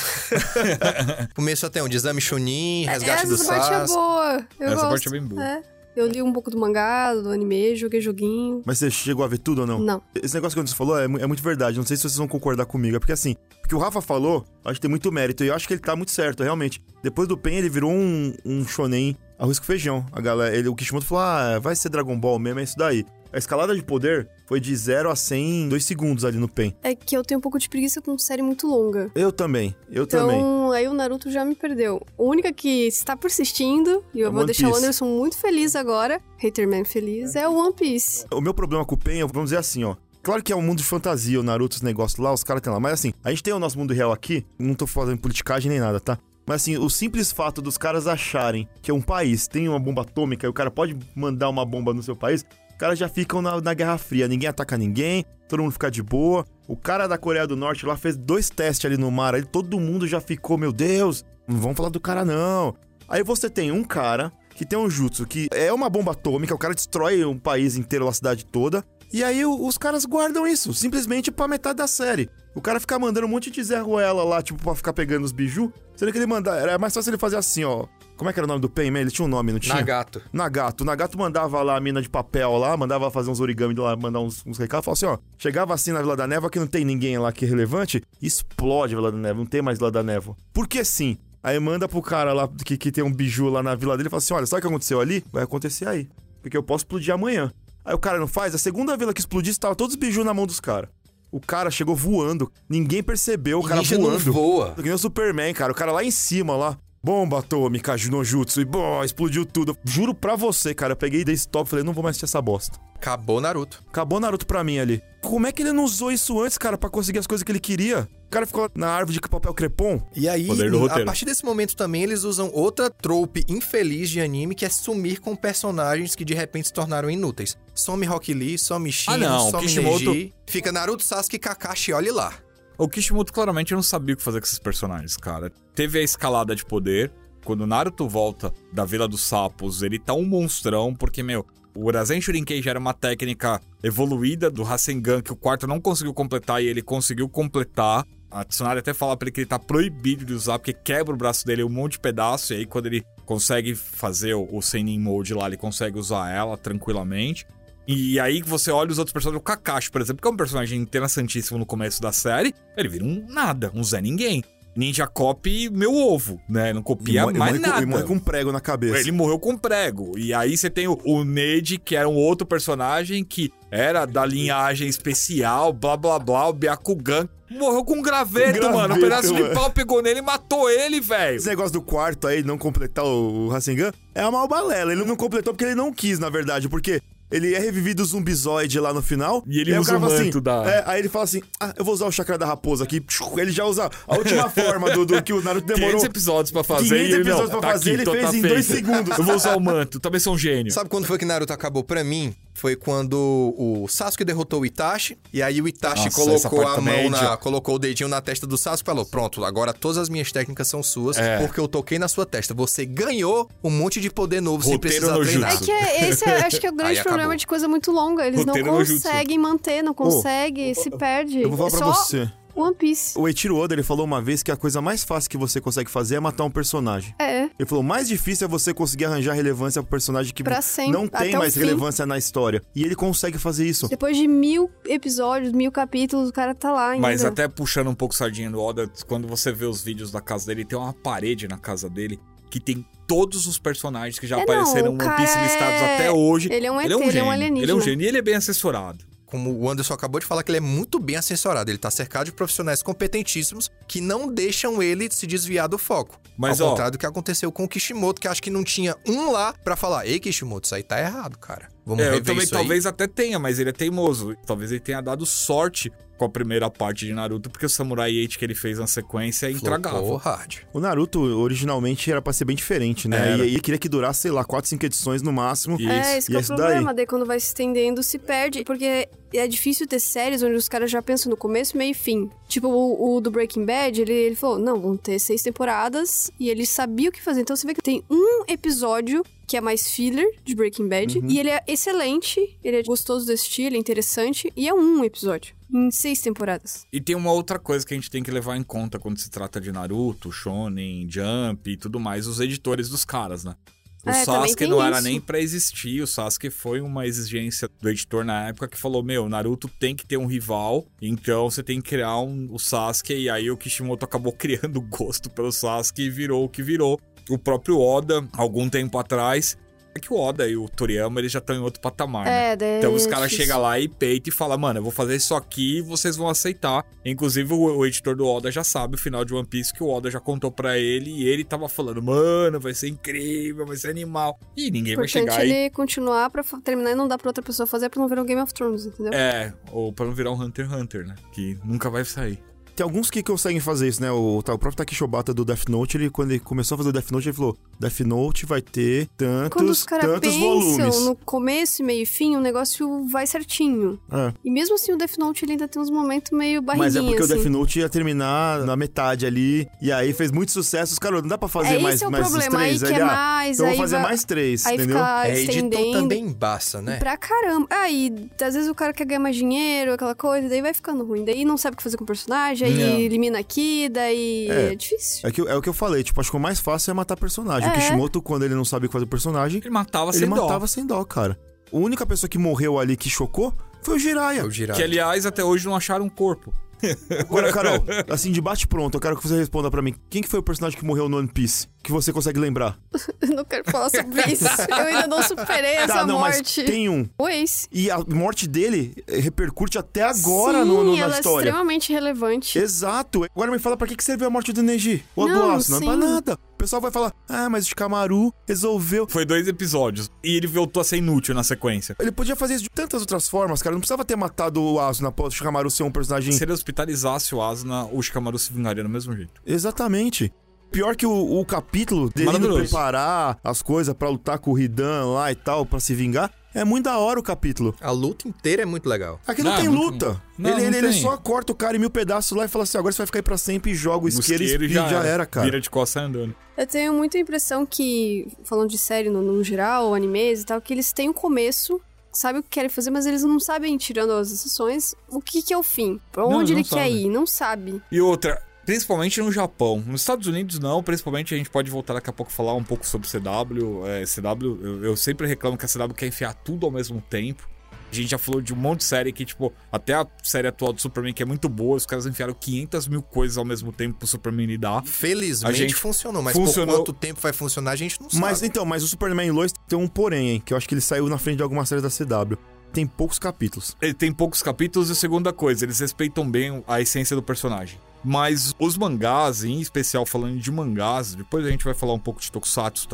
Começo até onde? Exame Chunin, Resgate do Sasuke. Essa parte é boa. Essa parte é bem boa. É. Eu li um pouco do mangá, do anime, joguei joguinho. Mas você chegou a ver tudo ou não? Não. Esse negócio que você falou é muito verdade. Não sei se vocês vão concordar comigo. É porque assim, o que o Rafa falou, acho que tem muito mérito. E eu acho que ele tá muito certo, realmente. Depois do Pain, ele virou um shonen arroz com feijão. A galera, o Kishimoto falou, vai ser Dragon Ball mesmo, é isso daí. A escalada de poder foi de 0 a 100 em 2 segundos ali no Pain. É que eu tenho um pouco de preguiça com série muito longa. Eu também. Então, aí o Naruto já me perdeu. A única que está persistindo, e eu vou deixar o Anderson muito feliz agora, Haterman feliz, é o One Piece. O meu problema com o Pain, vamos dizer assim, ó. Claro que é um mundo de fantasia, o Naruto, os negócios lá, os caras tem lá. Mas assim, a gente tem o nosso mundo real aqui, não tô fazendo politicagem nem nada, tá? Mas assim, o simples fato dos caras acharem que um país tem uma bomba atômica e o cara pode mandar uma bomba no seu país, os caras já ficam na Guerra Fria. Ninguém ataca ninguém, todo mundo fica de boa. O cara da Coreia do Norte lá fez 2 testes ali no mar, aí todo mundo já ficou, meu Deus, não vamos falar do cara não. Aí você tem um cara que tem um jutsu que é uma bomba atômica, o cara destrói um país inteiro, a cidade toda. E aí os caras guardam isso, simplesmente pra metade da série. O cara fica mandando um monte de Zé Ruela lá, tipo, pra ficar pegando os biju. Sendo que ele mandava, era mais fácil ele fazer assim, ó. Como é que era o nome do Pain, man? Ele tinha um nome, não tinha? Nagato. O Nagato mandava lá a mina de papel lá, mandava fazer uns origami lá, mandar uns recados. Falava assim, ó, chegava assim na Vila da Névoa, que não tem ninguém lá que é relevante, explode a Vila da Névoa, não tem mais Vila da Névoa. Por que sim? Aí manda pro cara lá, que tem um biju lá na vila dele, e fala assim, olha, sabe o que aconteceu ali? Vai acontecer aí, porque eu posso explodir amanhã. Aí o cara não faz, a segunda vila que explodisse, tava todos os biju na mão dos caras. O cara chegou voando, ninguém percebeu o cara voando. Não voa. Que nem o Superman, cara, o cara lá em cima, lá. Bomba atômica, no jutsu, e explodiu tudo. Juro pra você, cara, eu peguei e dei stop e falei, não vou mais assistir essa bosta. Acabou Naruto. Acabou Naruto pra mim ali. Como é que ele não usou isso antes, cara, pra conseguir as coisas que ele queria? O cara ficou na árvore de papel crepom. E aí, a partir desse momento também, eles usam outra trope infeliz de anime, que é sumir com personagens que de repente se tornaram inúteis. Some Rock Lee, some Shin, some Kishimoto... Neji. Fica Naruto, Sasuke e Kakashi, olhe lá. O Kishimoto claramente não sabia o que fazer com esses personagens, cara. Teve a escalada de poder. Quando o Naruto volta da Vila dos Sapos, ele tá um monstrão, porque, o Urazen Shuriken já era uma técnica evoluída do Rasengan, que o quarto não conseguiu completar e ele conseguiu completar. A Tsunade até fala pra ele que ele tá proibido de usar, porque quebra o braço dele um monte de pedaço, e aí quando ele consegue fazer o Sennin Mode lá, ele consegue usar ela tranquilamente. E aí você olha os outros personagens, o Kakashi, por exemplo, que é um personagem interessantíssimo no começo da série, ele vira um nada, um Zé Ninguém. Ninja copy meu ovo, né? Não copia mais nada. Ele morreu com um prego na cabeça. Ele morreu com um prego. E aí você tem o Neji, que era um outro personagem que era da linhagem especial, blá blá blá, o Byakugan. Morreu com um graveto, mano. Um pedaço de pau pegou nele e matou ele, velho. Esse negócio do quarto aí, não completar o Rasengan, é uma balela. Ele não completou porque ele não quis, na verdade. Porque ele é revivido zumbizoide lá no final. E ele usa o manto aí ele fala assim, eu vou usar o chakra da raposa aqui. Ele já usa a última forma do que o Naruto demorou 500 episódios pra fazer. 500 episódios pra fazer, ele fez em 2 segundos. Eu vou usar o manto, também sou um gênio. Sabe quando foi que Naruto acabou pra mim? Foi quando o Sasuke derrotou o Itachi, e aí o Itachi colocou a mão colocou o dedinho na testa do Sasuke e falou, pronto, agora todas as minhas técnicas são suas, porque eu toquei na sua testa. Você ganhou um monte de poder novo sem precisar treinar. É que esse acho que é o grande problema de coisa muito longa. Eles não conseguem manter, não conseguem, se perde. Eu vou falar pra você. One Piece. O Eiichiro Oda, ele falou uma vez que a coisa mais fácil que você consegue fazer é matar um personagem. Ele falou, o mais difícil é você conseguir arranjar relevância pro personagem que não tem mais relevância na história. E ele consegue fazer isso. Depois de 1000 episódios, 1000 capítulos, o cara tá lá ainda. Mas até puxando um pouco sardinha do Oda, quando você vê os vídeos da casa dele, tem uma parede na casa dele que tem todos os personagens que já apareceram no One Piece listados até hoje. Ele é um ET, ele é um alienígena. Ele é um gênio e ele é bem assessorado. Como o Anderson acabou de falar, que ele é muito bem assessorado. Ele tá cercado de profissionais competentíssimos que não deixam ele se desviar do foco. Mas, ao contrário do que aconteceu com o Kishimoto, que acho que não tinha um lá pra falar, ei, Kishimoto, isso aí tá errado, cara. Vamos rever também, isso talvez até tenha, mas ele é teimoso. Talvez ele tenha dado sorte com a primeira parte de Naruto, porque o Samurai 8 que ele fez na sequência é intragável. Hard. O Naruto, originalmente, era pra ser bem diferente, né? E ele queria que durasse, sei lá, 4, 5 edições no máximo. Esse que é o problema. Daí quando vai se estendendo, se perde. Porque é difícil ter séries onde os caras já pensam no começo, meio e fim. Tipo, o do Breaking Bad, ele falou, não, vão ter 6 temporadas. E ele sabia o que fazer. Então você vê que tem um episódio que é mais filler de Breaking Bad. E ele é excelente, ele é gostoso de assistir, ele é interessante. E é um episódio, em 6 temporadas. E tem uma outra coisa que a gente tem que levar em conta quando se trata de Naruto, Shonen, Jump e tudo mais, os editores dos caras, né? O Sasuke não era nem pra existir, o Sasuke foi uma exigência do editor na época que falou, Naruto tem que ter um rival, então você tem que criar o Sasuke, e aí o Kishimoto acabou criando gosto pelo Sasuke e virou o que virou. O próprio Oda, algum tempo atrás, é que o Oda e o Toriyama, eles já estão em outro patamar, né? Então os caras chegam lá e peitam e falam, mano, eu vou fazer isso aqui e vocês vão aceitar. Inclusive, o editor do Oda já sabe o final de One Piece, que o Oda já contou pra ele, e ele tava falando, mano, vai ser incrível, vai ser animal. E ninguém vai chegar aí. Ele continuar pra terminar e não dar pra outra pessoa fazer pra não virar um Game of Thrones, entendeu? Ou pra não virar um Hunter x Hunter, né? Que nunca vai sair. Tem alguns que conseguem fazer isso, né? O próprio Taki Shobata do Death Note, quando ele começou a fazer o Death Note, ele falou, Death Note vai ter quando os caras volumes. Pensam no começo, meio e fim, o negócio vai certinho. E mesmo assim, o Death Note ele ainda tem uns momentos meio barriguinha, mas é porque assim. o Death Note ia terminar na metade ali, e aí fez muito sucesso. Os caras, não dá pra fazer mais os 3? Esse é o problema, aí que é mais... Então eu vou fazer mais 3, aí entendeu? Editor também embaça, né? Pra caramba. E às vezes o cara quer ganhar mais dinheiro, aquela coisa, daí vai ficando ruim. Daí não sabe o que fazer com o personagem, aí elimina aqui, daí é difícil. É o que eu falei, tipo, acho que o mais fácil é matar personagem. O Kishimoto, quando ele não sabia o que fazer o personagem, ele matava sem dó, cara. A única pessoa que morreu ali que chocou foi o Jiraiya. Que, aliás, até hoje não acharam um corpo. Agora, Carol, assim, de bate pronto, eu quero que você responda pra mim. Quem que foi o personagem que morreu no One Piece? Que você consegue lembrar? Eu não quero falar sobre isso. Eu ainda não superei essa morte. Mas tem um. O Ace. E a morte dele repercute até agora na história. Ela é extremamente relevante. Exato. Agora me fala pra que serviu a morte do Neji? Ou a do Aço? Não é pra nada. O pessoal vai falar, mas o Shikamaru resolveu... Foi 2 episódios. E ele voltou a ser inútil na sequência. Ele podia fazer isso de tantas outras formas, cara. Não precisava ter matado o Asuna após o Shikamaru ser um personagem... Se ele hospitalizasse o Asuna, o Shikamaru se vingaria do mesmo jeito. Exatamente. Pior que o capítulo dele indo preparar as coisas pra lutar com o Hidan lá e tal, pra se vingar, é muito da hora o capítulo. A luta inteira é muito legal. Aqui não tem luta. Ele só corta o cara em 1000 pedaços lá e fala assim, agora você vai ficar aí pra sempre e joga o isqueiro e já era, cara. Vira de costa andando. Eu tenho muita impressão que, falando de série no geral, animes e tal, que eles têm um começo, sabem o que querem fazer, mas eles não sabem, tirando as exceções, o que é o fim. Pra onde ele quer ir, não sabe. E outra... Principalmente no Japão. Nos Estados Unidos, não. Principalmente, a gente pode voltar daqui a pouco a falar um pouco sobre CW. Eu sempre reclamo que a CW quer enfiar tudo ao mesmo tempo. A gente já falou de um monte de série que, tipo, até a série atual do Superman, que é muito boa, os caras enfiaram 500 mil coisas ao mesmo tempo pro Superman lidar. Felizmente funcionou, mas por quanto tempo vai funcionar, a gente não sabe. Mas o Superman Lois tem um porém, hein, que eu acho que ele saiu na frente de alguma série da CW. Tem poucos capítulos. Ele tem poucos capítulos e a segunda coisa, eles respeitam bem a essência do personagem. Mas os mangás, em especial falando de mangás, depois a gente vai falar um pouco de Tokusatsu também,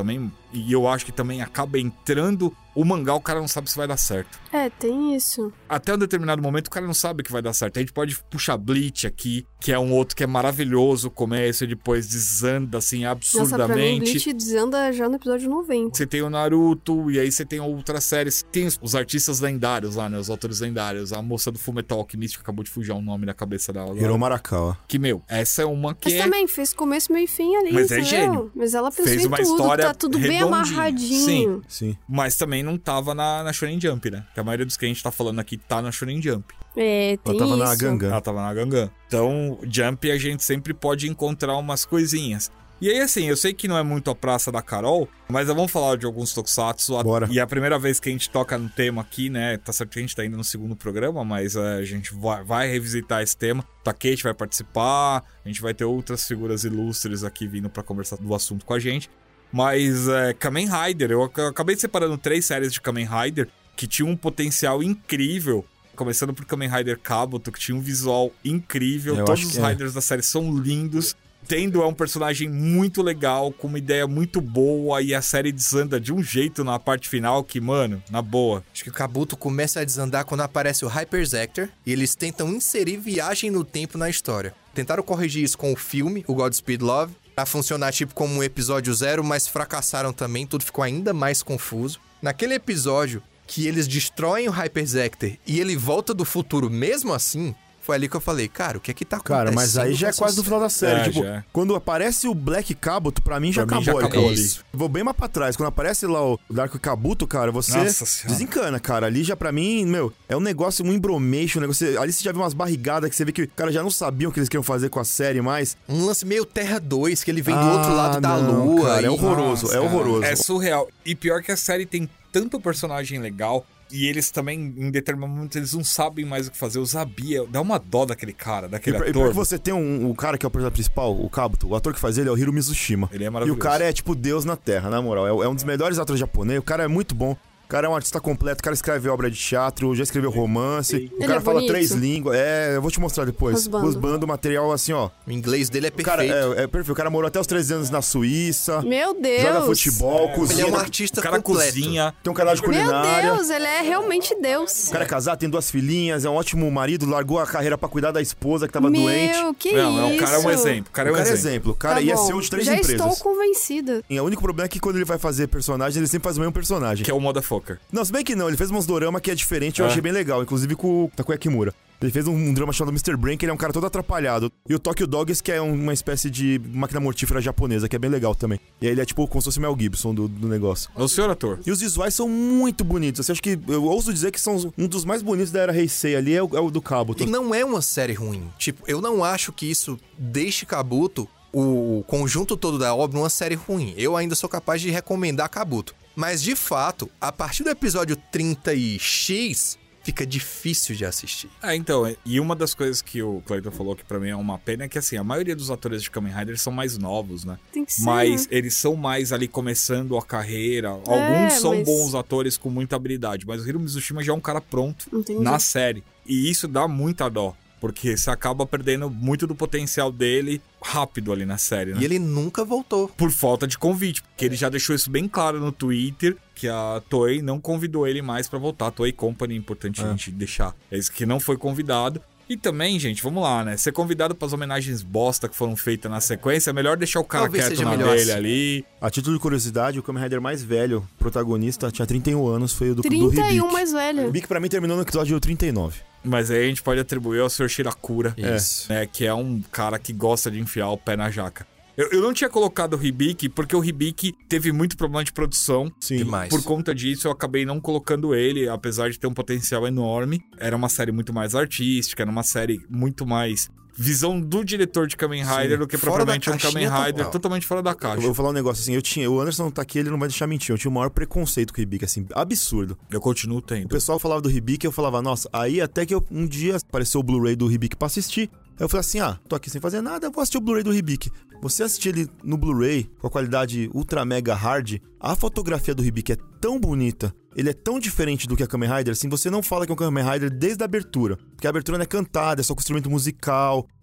e eu acho que também acaba entrando o mangá, o cara não sabe se vai dar certo. Tem isso. Até um determinado momento o cara não sabe que vai dar certo. A gente pode puxar Bleach aqui, que é um outro que é maravilhoso o começo e depois desanda assim absurdamente. Nossa, pra mim Bleach desanda já no episódio 90. Você tem o Naruto, e aí você tem outras séries. Tem os artistas lendários lá, né? Os autores lendários. A moça do Fullmetal Alchemist, que acabou de fugir o nome da cabeça dela. Hiromu Arakawa. Que, essa é uma que Mas também fez começo, meio e fim ali, mas é gênio. Mas ela pensou fez em uma tudo, história tá tudo bem amarradinho. Sim. Mas também não tava na Shonen Jump, né? Que a maioria dos que a gente tá falando aqui tá na Shonen Jump. Tem ela tava isso. na Gangan. Ela tava na Gangan. Então, Jump a gente sempre pode encontrar umas coisinhas. E aí, assim, eu sei que não é muito a praça da Carol, mas vamos falar de alguns tokusatsu. Bora. E é a primeira vez que a gente toca no tema aqui, né? Tá certo que a gente tá indo no segundo programa, mas a gente vai revisitar esse tema. O Takeshi vai participar, a gente vai ter outras figuras ilustres aqui vindo pra conversar do assunto com a gente. Mas Kamen Rider, eu acabei separando 3 séries de Kamen Rider que tinham um potencial incrível. Começando por Kamen Rider Kabuto, que tinha um visual incrível. Todos os Riders da série são lindos. Tendo é um personagem muito legal, com uma ideia muito boa, e a série desanda de um jeito na parte final que, mano, na boa. Acho que o Kabuto começa a desandar quando aparece o Hyper Zector e eles tentam inserir viagem no tempo na história. Tentaram corrigir isso com o filme, o Godspeed Love, pra funcionar tipo como um episódio 0, mas fracassaram também, tudo ficou ainda mais confuso. Naquele episódio que eles destroem o Hyper Zector e ele volta do futuro mesmo assim, foi ali que eu falei, cara, o que é que tá acontecendo? Cara, mas aí já é quase no final da série. Tipo, já. Quando aparece o Black Kabuto, pra mim já acabou ali. Vou bem mais pra trás. Quando aparece lá o Dark Kabuto, cara, você desencana, cara. Ali já pra mim, é um negócio, um embromation, um negócio. Ali você já vê umas barrigadas que você vê que os caras já não sabiam o que eles queriam fazer com a série mais. Um lance meio Terra 2, que ele vem do outro lado da lua. Cara, é horroroso, horroroso. É surreal. E pior que a série tem tanto personagem legal. E eles também, em determinado momento, eles não sabem mais o que fazer. O Zabia, dá uma dó daquele cara, daquele ator. E porque você tem o cara que é o personagem principal, o Kabuto, o ator que faz ele é o Hiro Mizushima. Ele é maravilhoso. E o cara é tipo Deus na Terra, na moral. É um dos melhores atores japoneses, o cara é muito bom. O cara é um artista completo, o cara escreve obra de teatro, já escreveu romance, o cara fala 3 línguas. Eu vou te mostrar depois. Rosbando, material assim, ó. O inglês dele é perfeito. O cara é perfeito. O cara morou até os 13 anos na Suíça. Meu Deus! Joga futebol, cozinha. Ele é um artista completo. Cozinha. Tem um canal de culinária. Meu Deus, ele é realmente Deus. O cara é casado, tem 2 filhinhas, é um ótimo marido, largou a carreira pra cuidar da esposa que tava doente. Que isso? O cara é um exemplo. O cara é um exemplo. O cara ia ser um de 3 empresas. Já estou convencida. E o único problema é que quando ele vai fazer personagem, ele sempre faz o mesmo personagem. Que é o Motherfucker. Não, se bem que não, ele fez uns dorama que é diferente, eu achei bem legal, inclusive com o Takuya Kimura. Ele fez um drama chamado Mr. Brain, que ele é um cara todo atrapalhado. E o Tokyo Dogs, que é uma espécie de máquina mortífera japonesa, que é bem legal também. E aí ele é tipo como se fosse o Mel Gibson do negócio. É o senhor ator. E os visuais são muito bonitos. Você acha que, eu ouso dizer que são um dos mais bonitos da era Heisei ali, é o do Kabuto. E não é uma série ruim. Tipo, eu não acho que isso deixe Kabuto, o conjunto todo da obra, uma série ruim. Eu ainda sou capaz de recomendar Kabuto. Mas, de fato, a partir do episódio 30 e X, fica difícil de assistir. Então, e uma das coisas que o Clayton falou que pra mim é uma pena é que, assim, a maioria dos atores de Kamen Rider são mais novos, né? Tem que ser, mas né? Eles são mais ali começando a carreira. Alguns são bons atores com muita habilidade, mas o Hiro Mizushima já é um cara pronto na série. E isso dá muita dó. Porque você acaba perdendo muito do potencial dele rápido ali na série, né? E ele nunca voltou. Por falta de convite. Porque ele já deixou isso bem claro no Twitter, que a Toei não convidou ele mais pra voltar. A Toei Company, é importante a gente deixar. É isso que não foi convidado. E também, gente, vamos lá, né? Ser convidado pras homenagens bosta que foram feitas na sequência, é melhor deixar o cara quieto na dele ali. A título de curiosidade, o Kamen Rider mais velho, protagonista, tinha 31 anos, foi o do Hibiki. 31 mais velho. O Hibiki pra mim terminou no episódio 39. Mas aí a gente pode atribuir ao Sr. Shirakura, Isso. Né, que é um cara que gosta de enfiar o pé na jaca. Eu não tinha colocado o Hibiki, porque o Hibiki teve muito problema de produção. Sim. Demais. Por conta disso, eu acabei não colocando ele, apesar de ter um potencial enorme. Era uma série muito mais artística, era uma série muito mais visão do diretor de Kamen Rider do que propriamente um Kamen Rider totalmente fora da caixa. Eu vou falar um negócio assim, o Anderson tá aqui, ele não vai deixar mentir, eu tinha o maior preconceito com o Hibiki, assim, absurdo. Eu continuo tendo. O pessoal falava do Hibiki, eu falava, nossa, aí até que um dia apareceu o Blu-ray do Hibiki pra assistir, aí eu falei assim, tô aqui sem fazer nada, eu vou assistir o Blu-ray do Hibiki. Você assistir ele no Blu-ray, com a qualidade ultra mega hard, a fotografia do Hibiki é tão bonita, ele é tão diferente do que a Kamen Rider, assim, você não fala que é um Kamen Rider desde a abertura. Porque a abertura não é cantada, é só com instrumento musical.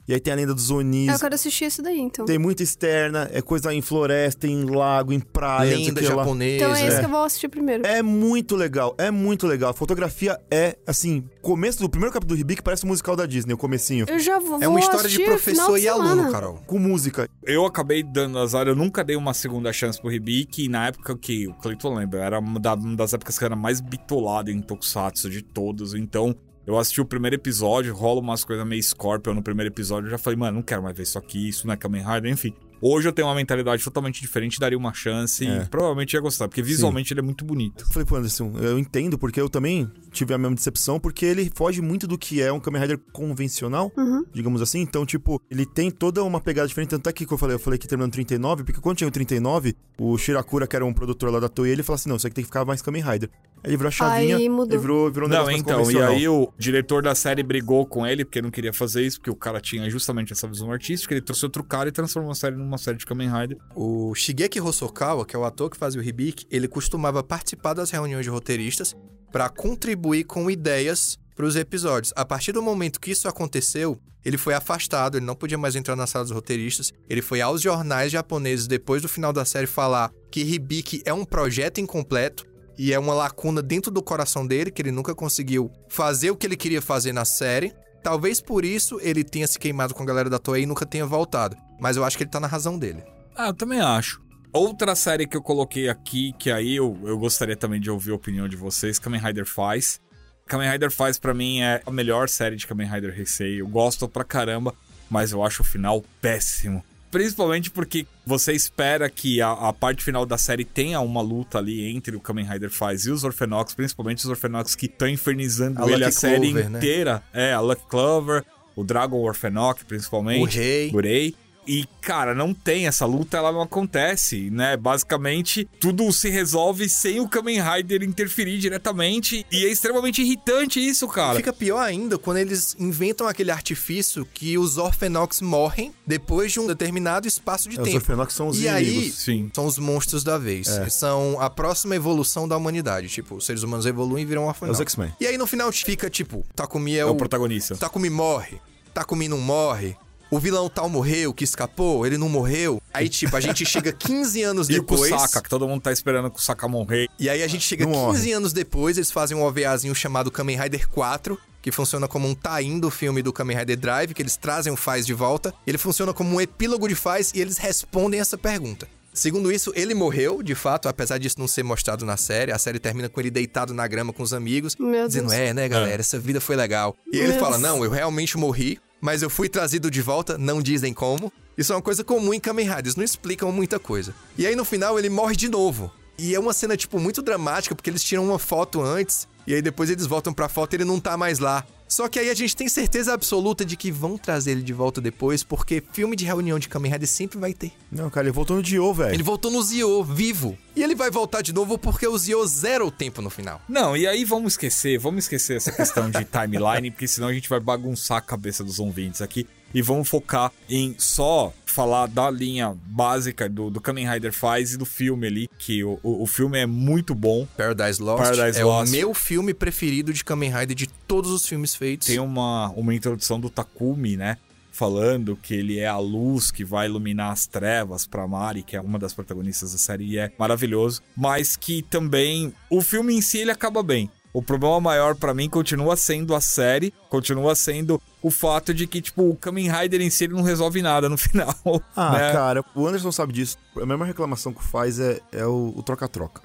E aí tem a lenda dos Onis. Eu quero assistir esse daí, então. Tem muita externa, é coisa em floresta, em lago, em praia. Lenda japonesa. Então é esse que eu vou assistir primeiro. É muito legal, é muito legal. A fotografia é, assim, começo do primeiro capítulo do Hibiki parece um musical da Disney, o comecinho. Eu já vou É uma história de professor e aluno, Carol. Com música. Eu acabei dando azar, eu nunca dei uma segunda chance pro Hibiki, e na época que o Cleiton lembra, era uma das épocas que era mais bitolado em Tokusatsu de todos, então eu assisti o primeiro episódio, rola umas coisas meio Scorpion no primeiro episódio, eu já falei, mano, não quero mais ver isso aqui, isso não é Kamen Rider, enfim. Hoje eu tenho uma mentalidade totalmente diferente, daria uma chance e provavelmente ia gostar, porque visualmente ele é muito bonito. Eu falei pro Anderson, eu entendo, porque eu também tive a mesma decepção, porque ele foge muito do que é um Kamen Rider convencional, digamos assim. Então, tipo, ele tem toda uma pegada diferente. Tanto é que eu falei que terminou no 39, porque quando tinha o 39, o Shirakura, que era um produtor lá da Toei, ele falou assim, não, isso aqui tem que ficar mais Kamen Rider. Aí ele virou a chavinha, aí mudou. Ele virou um negócio mais então, convencional. E aí o diretor da série brigou com ele, porque não queria fazer isso, porque o cara tinha justamente essa visão artística, ele trouxe outro cara e transformou a série numa série de Kamen Rider. O Shigeki Hosokawa, que é o ator que fazia o Hibiki, ele costumava participar das reuniões de roteiristas para contribuir com ideias para os episódios. A partir do momento que isso aconteceu, ele foi afastado, ele não podia mais entrar na sala dos roteiristas. Ele foi aos jornais japoneses depois do final da série falar que Hibiki é um projeto incompleto e é uma lacuna dentro do coração dele, que ele nunca conseguiu fazer o que ele queria fazer na série. Talvez por isso ele tenha se queimado com a galera da Toei e nunca tenha voltado. Mas eu acho que ele tá na razão dele. Ah, eu também acho. Outra série que eu coloquei aqui, que aí eu gostaria também de ouvir a opinião de vocês, Kamen Rider Faiz. Kamen Rider Faiz pra mim é a melhor série de Kamen Rider Heisei. Eu gosto pra caramba, mas eu acho o final péssimo. Principalmente porque você espera que a parte final da série tenha uma luta ali entre o Kamen Rider Faiz e os Orphenox, principalmente os Orphenox que estão infernizando a série inteira. Né? A Lucky Clover, o Dragon Orphenox principalmente. O Rei. E, cara, não tem essa luta, ela não acontece, né? Basicamente, tudo se resolve sem o Kamen Rider interferir diretamente. E é extremamente irritante isso, cara. Fica pior ainda quando eles inventam aquele artifício que os Orphenox morrem depois de um determinado espaço de tempo. Os Orphenox são os inimigos. E aí, são os monstros da vez. São a próxima evolução da humanidade. Tipo, os seres humanos evoluem e viram Orphenox. Os X-Men. E aí, no final, fica, tipo, Takumi é o protagonista. Takumi morre. Takumi não morre. O vilão tal morreu, que escapou, ele não morreu. Aí, tipo, a gente chega 15 anos depois... E o Kusaka, que todo mundo tá esperando que o Kusaka morrer. E aí a gente chega 15 anos depois, eles fazem um OVAzinho chamado Kamen Rider 4, que funciona como um tie-in do filme do Kamen Rider Drive, que eles trazem o Faiz de volta. Ele funciona como um epílogo de Faiz e eles respondem essa pergunta. Segundo isso, ele morreu, de fato, apesar disso não ser mostrado na série. A série termina com ele deitado na grama com os amigos, dizendo, né, galera, essa vida foi legal. E ele fala, não, eu realmente morri, mas eu fui trazido de volta, não dizem como. Isso é uma coisa comum em Kamen Riders, não explicam muita coisa. E aí, no final, ele morre de novo. E é uma cena, tipo, muito dramática, porque eles tiram uma foto antes, e aí depois eles voltam pra foto e ele não tá mais lá. Só que aí a gente tem certeza absoluta de que vão trazer ele de volta depois, porque filme de reunião de Kamen Rider sempre vai ter. Não, cara, ele voltou no Dio, velho. Ele voltou no Zio, vivo. E ele vai voltar de novo porque o Zio zera o tempo no final. Não, e aí vamos esquecer essa questão de timeline, porque senão a gente vai bagunçar a cabeça dos ouvintes aqui. E vamos focar em só falar da linha básica do Kamen Rider Faiz e do filme ali, que o filme é muito bom. Paradise Lost é o meu filme preferido de Kamen Rider de todos os filmes feitos. Tem uma introdução do Takumi, né? Falando que ele é a luz que vai iluminar as trevas pra Mari, que é uma das protagonistas da série, e é maravilhoso. Mas que também o filme em si ele acaba bem. O problema maior pra mim continua sendo a série, continua sendo o fato de que, tipo, o Kamen Rider em si ele não resolve nada no final. Né? Cara, o Anderson sabe disso. A mesma reclamação que faz é o troca-troca.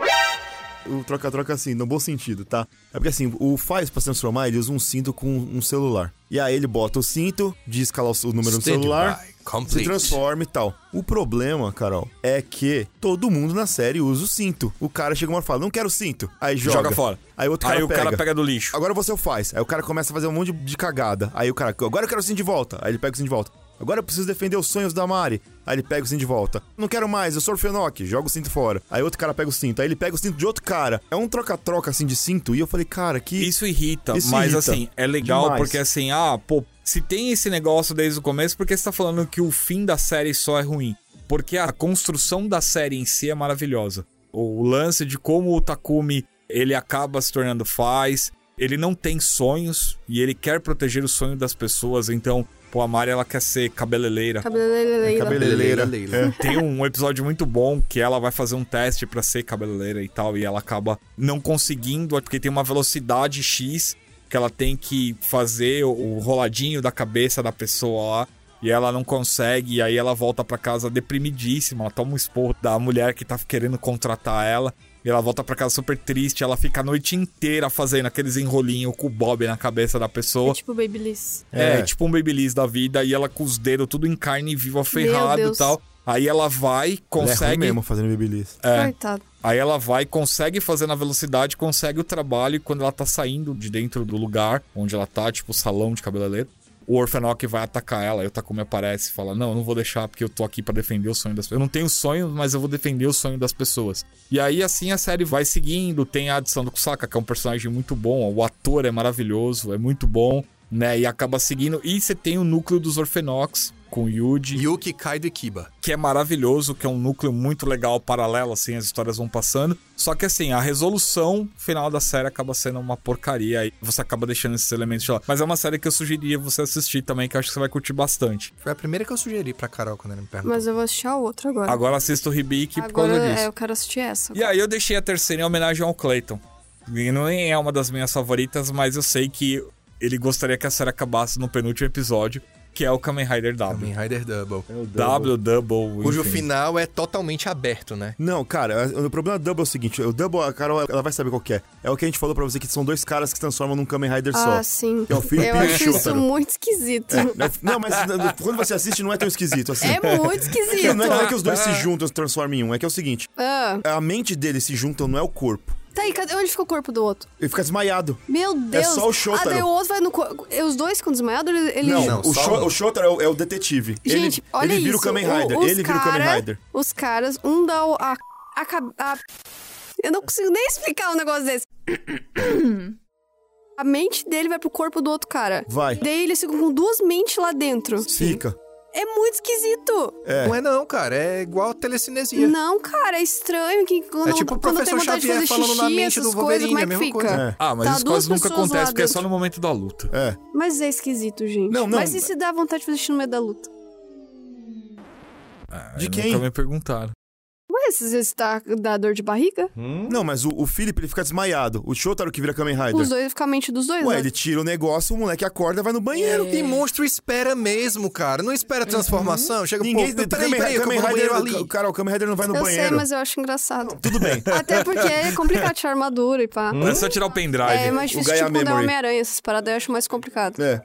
O troca-troca, assim, no bom sentido, tá? É porque, assim, o Faiz, pra se transformar, ele usa um cinto com um celular. E aí ele bota o cinto, diz escalar o número do celular, se transforma e tal. O problema, Carol, é que todo mundo na série usa o cinto. O cara chega uma hora e fala, não quero cinto. Aí joga fora. Aí o outro cara pega. O cara pega do lixo. Agora você o faz. Aí o cara começa a fazer um monte de cagada. Aí o cara, agora eu quero o cinto de volta. Aí ele pega o cinto de volta. Agora eu preciso defender os sonhos da Mari. Aí ele pega o cinto de volta. Não quero mais, eu sou Orphenox, joga o cinto fora. Aí outro cara pega o cinto, aí ele pega o cinto de outro cara. É um troca-troca, assim, de cinto. E eu falei, cara, que... Isso irrita, mas assim, é legal demais. Porque assim, se tem esse negócio desde o começo, por que você tá falando que o fim da série só é ruim? Porque a construção da série em si é maravilhosa. O lance de como o Takumi, ele acaba se tornando Faiz... Ele não tem sonhos e ele quer proteger o sonho das pessoas, então Pô, a Mari, ela quer ser cabeleireira. Cabeleireira. Tem um episódio muito bom que ela vai fazer um teste pra ser cabeleireira e tal, e ela acaba não conseguindo, porque tem uma velocidade X que ela tem que fazer o roladinho da cabeça da pessoa lá, e ela não consegue, e aí ela volta pra casa deprimidíssima, ela toma um esporro da mulher que tá querendo contratar ela, e ela volta pra casa super triste, ela fica a noite inteira fazendo aqueles enrolinhos com o bob na cabeça da pessoa. É tipo Babyliss. Tipo um Babyliss da vida, e ela com os dedos tudo em carne viva, ferrado e tal. Aí ela vai, consegue... Ela é ruim mesmo fazendo Babyliss. Coitado. Aí ela vai, consegue fazer na velocidade, consegue o trabalho, e quando ela tá saindo de dentro do lugar onde ela tá, tipo o salão de cabeleireiro, o Orfenoch vai atacar ela, e o Takumi aparece e fala, não, eu não vou deixar porque eu tô aqui pra defender o sonho das pessoas. Eu não tenho sonho, mas eu vou defender o sonho das pessoas. E aí, assim, a série vai seguindo, tem a adição do Kusaka, que é um personagem muito bom, o ator é maravilhoso, é muito bom, né, e acaba seguindo. E você tem o núcleo dos Orfenochs, com Yuki, Kaido e Kiba. Que é maravilhoso, que é um núcleo muito legal, paralelo, assim, as histórias vão passando. Só que, assim, a resolução final da série acaba sendo uma porcaria. Aí você acaba deixando esses elementos de lá. Mas é uma série que eu sugeriria você assistir também, que eu acho que você vai curtir bastante. Foi a primeira que eu sugeri pra Carol quando ela me perguntou. Mas eu vou assistir a outra agora. Agora assisto o Hibiki por causa disso. Eu quero assistir essa. E aí eu deixei a terceira em homenagem ao Clayton. E não é uma das minhas favoritas, mas eu sei que ele gostaria que a série acabasse no penúltimo episódio, que é o Kamen Rider W. Kamen Rider Double. É o Double. Cujo final é totalmente aberto, né? Não, cara, o problema do Double é o seguinte, o Double, a Carol, ela vai saber qual que é. É o que a gente falou pra você, que são dois caras que se transformam num Kamen Rider só. Ah, sim. Que é o Philip eu e o acho isso Shotaro. muito esquisito. Não, mas quando você assiste não é tão esquisito assim. É muito esquisito. Não é que os dois se juntam e se transformam em um, é que é o seguinte, Ah. a mente deles se juntam, não é o corpo. Tá aí, onde fica o corpo do outro? Ele fica desmaiado. Meu Deus. É só o Shotaro. Ah, daí o outro vai no corpo. Os dois ficam desmaiados? Não, o Shotaro é o detetive. Gente, olha ele vira isso. o Kamen Rider. Ele vira o Kamen Rider. Os caras, um dá a... Eu não consigo nem explicar um negócio desse. A mente dele vai pro corpo do outro cara. Vai. Daí eles ficam com duas mentes lá dentro. Fica. É muito esquisito. É. Não é não, cara. É igual a telecinesia. Não, cara, é estranho. Que É tipo o professor Xavier falando na mente do Wolverine, é a mesma coisa. Ah, mas Tá isso quase duas nunca pessoas acontece, lá porque é dentro. só no momento da luta. É. Mas é esquisito, gente. Não. Mas e se dá vontade de fazer xixi no meio da luta? De quem? Nunca me perguntaram. Ué, às vezes dá dor de barriga? Não, mas o Philip, ele fica desmaiado. O Shotaro que vira Kamen Rider. Os dois ficam a mente dos dois, Ué, né? ele tira o negócio, o moleque acorda e vai no banheiro. E monstro espera mesmo, cara. Não espera transformação. Chega, Ninguém... pô, Kamen peraí, eu vou no banheiro ali. Cara, o Kamen Rider não vai no Eu banheiro. sei, mas eu acho engraçado. Tudo bem. Até porque é complicado tirar armadura e pá. É só tirar o pendrive. É mais difícil, Gaia tipo, quando é Memory. Homem-Aranha, essas paradas eu acho mais complicado. É.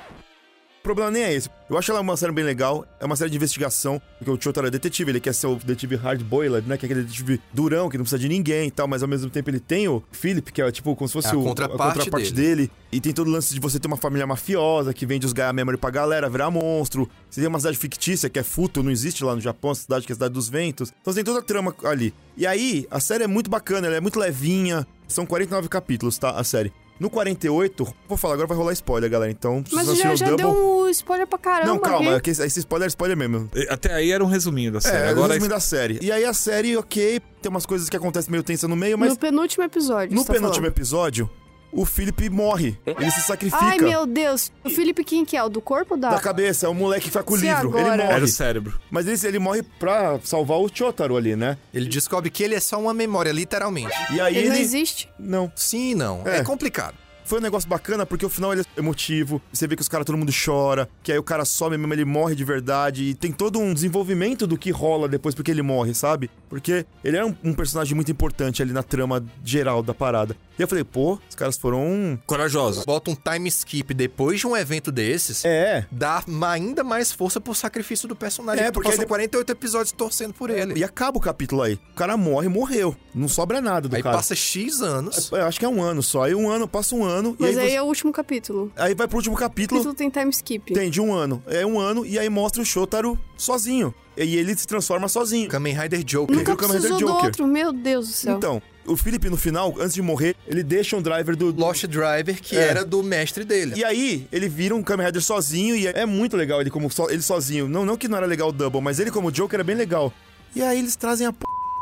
O problema nem é esse. Eu acho ela uma série bem legal. É uma série de investigação. Porque o Shotaro é detetive. Ele quer ser o detetive hard-boiled, né? Que é aquele detetive durão, que não precisa de ninguém e tal. Mas ao mesmo tempo ele tem o Philip, que é tipo como se fosse a contraparte dele. E tem todo o lance de você ter uma família mafiosa que vende os Gaia Memory pra galera, virar monstro. Você tem uma cidade fictícia, que é Futo, não existe lá no Japão. Essa cidade que é a Cidade dos Ventos. Então você tem toda a trama ali. E aí, a série é muito bacana. Ela é muito levinha. São 49 capítulos, tá? A série. No 48, vou falar, agora vai rolar spoiler, galera. Então, se Mas vocês já assistiram o deu Double... um spoiler pra caramba. Não, calma, aqui. esse spoiler é spoiler mesmo. Até aí era um resuminho da série. É, Agora resumo da série. E aí a série, ok, tem umas coisas que acontecem meio tensa no meio, mas No penúltimo episódio. no você tá penúltimo falando. episódio, o Philip morre. Ele se sacrifica. Ai, meu Deus. O Felipe quem que é? O do corpo ou Da cabeça, é o moleque que vai com o Se livro. agora- Ele era morre. o cérebro. Mas ele morre pra salvar o Shotaro ali, né? Ele descobre que ele é só uma memória, literalmente. E aí Ele não existe? Não. Sim e não. É complicado. Foi um negócio bacana porque o final ele é emotivo. Você vê que os caras, todo mundo chora. Que aí o cara some mesmo, ele morre de verdade. E tem todo um desenvolvimento do que rola depois porque ele morre, sabe? Porque ele é um personagem muito importante ali na trama geral da parada. E eu falei, pô, os caras foram... Corajosos. Bota um time skip depois de um evento desses, dá ainda mais força pro sacrifício do personagem. É, porque porque passou aí 48 episódios torcendo por ele. E acaba o capítulo aí. O cara morreu. Não sobra nada do Aí cara. passa X anos. Eu acho que é um ano só. Aí passa um ano. Mas e aí você... é o último capítulo. Aí vai pro último O capítulo. capítulo tem time skip. Tem, de um ano. É um ano, e aí mostra o Shotaro sozinho. E ele se transforma sozinho. Kamen Rider Joker. Nunca o Kamen Rider precisou do Joker. outro, meu Deus do céu. Então, o Philip, no final, antes de morrer, ele deixa um driver do... Lost Driver, que era do mestre dele. E aí, ele vira um Kamen Rider sozinho, e é muito legal ele como ele sozinho. Não que não era legal o Double, mas ele como Joker é bem legal. E aí eles trazem a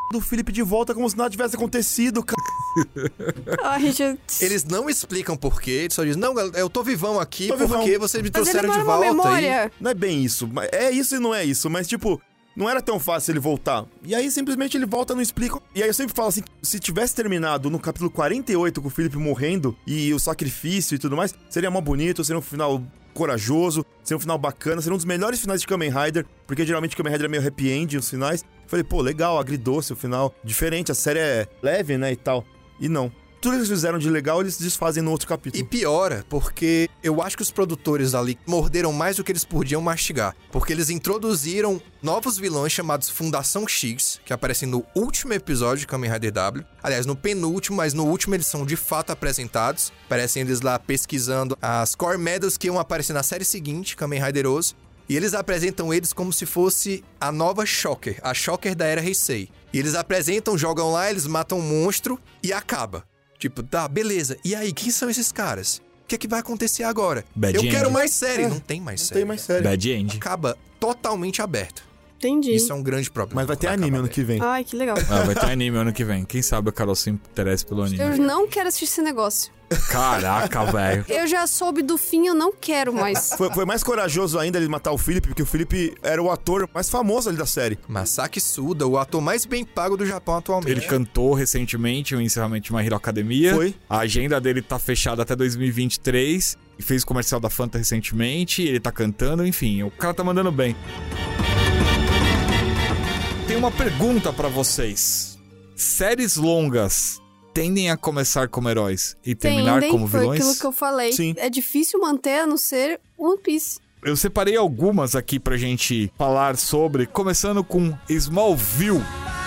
do Felipe de volta como se nada tivesse acontecido, cara. Ai, gente. Eles não explicam por quê, eles só dizem, não, eu tô vivão aqui porque vocês me trouxeram de uma volta. Memória. Não é bem isso, é isso e não é isso, mas tipo, não era tão fácil ele voltar. E aí simplesmente ele volta, não explica. E aí eu sempre falo assim, se tivesse terminado no capítulo 48 com o Felipe morrendo e o sacrifício e tudo mais, seria mó bonito, seria um final corajoso, seria um final bacana, seria um dos melhores finais de Kamen Rider, porque geralmente Kamen Rider é meio happy end os finais. Falei, pô, legal, agridoce o final, diferente, a série é leve, né, e tal. E não. Tudo que eles fizeram de legal, eles desfazem no outro capítulo. E piora, porque eu acho que os produtores ali morderam mais do que eles podiam mastigar. Porque eles introduziram novos vilões chamados Fundação X, que aparecem no último episódio de Kamen Rider W. Aliás, no penúltimo, mas no último eles são de fato apresentados. Aparecem eles lá pesquisando as Core Medals que iam aparecer na série seguinte, Kamen Rider Oz. E eles apresentam eles como se fosse a nova Shocker, a Shocker da era Heisei. E eles apresentam, jogam lá, eles matam um monstro e acaba. Tipo, tá, beleza. E aí, quem são esses caras? O que é que vai acontecer agora? Bad End. Quero mais série. Não tem mais série. Não tem mais série. Bad End. Acaba totalmente aberto. Entendi. Isso é um grande problema. Mas vai ter anime ano que vem. Ai, que legal. Vai ter anime ano que vem. Quem sabe a Carol se interessa pelo anime. Eu não quero assistir esse negócio. Caraca, velho. Eu já soube do fim, eu não quero mais. Foi mais corajoso ainda ele matar o Felipe, porque o Felipe era o ator mais famoso ali da série. Masaki Suda, o ator mais bem pago do Japão atualmente. Ele cantou recentemente o encerramento de My Hero Academia. Foi. A agenda dele tá fechada até 2023. E fez o comercial da Fanta recentemente. Ele tá cantando, enfim. O cara tá mandando bem. Tem uma pergunta pra vocês. Séries longas tendem a começar como heróis e terminar como vilões? Foi aquilo que eu falei. Sim. É difícil manter a não ser One Piece. Eu separei algumas aqui pra gente falar sobre, começando com Smallville.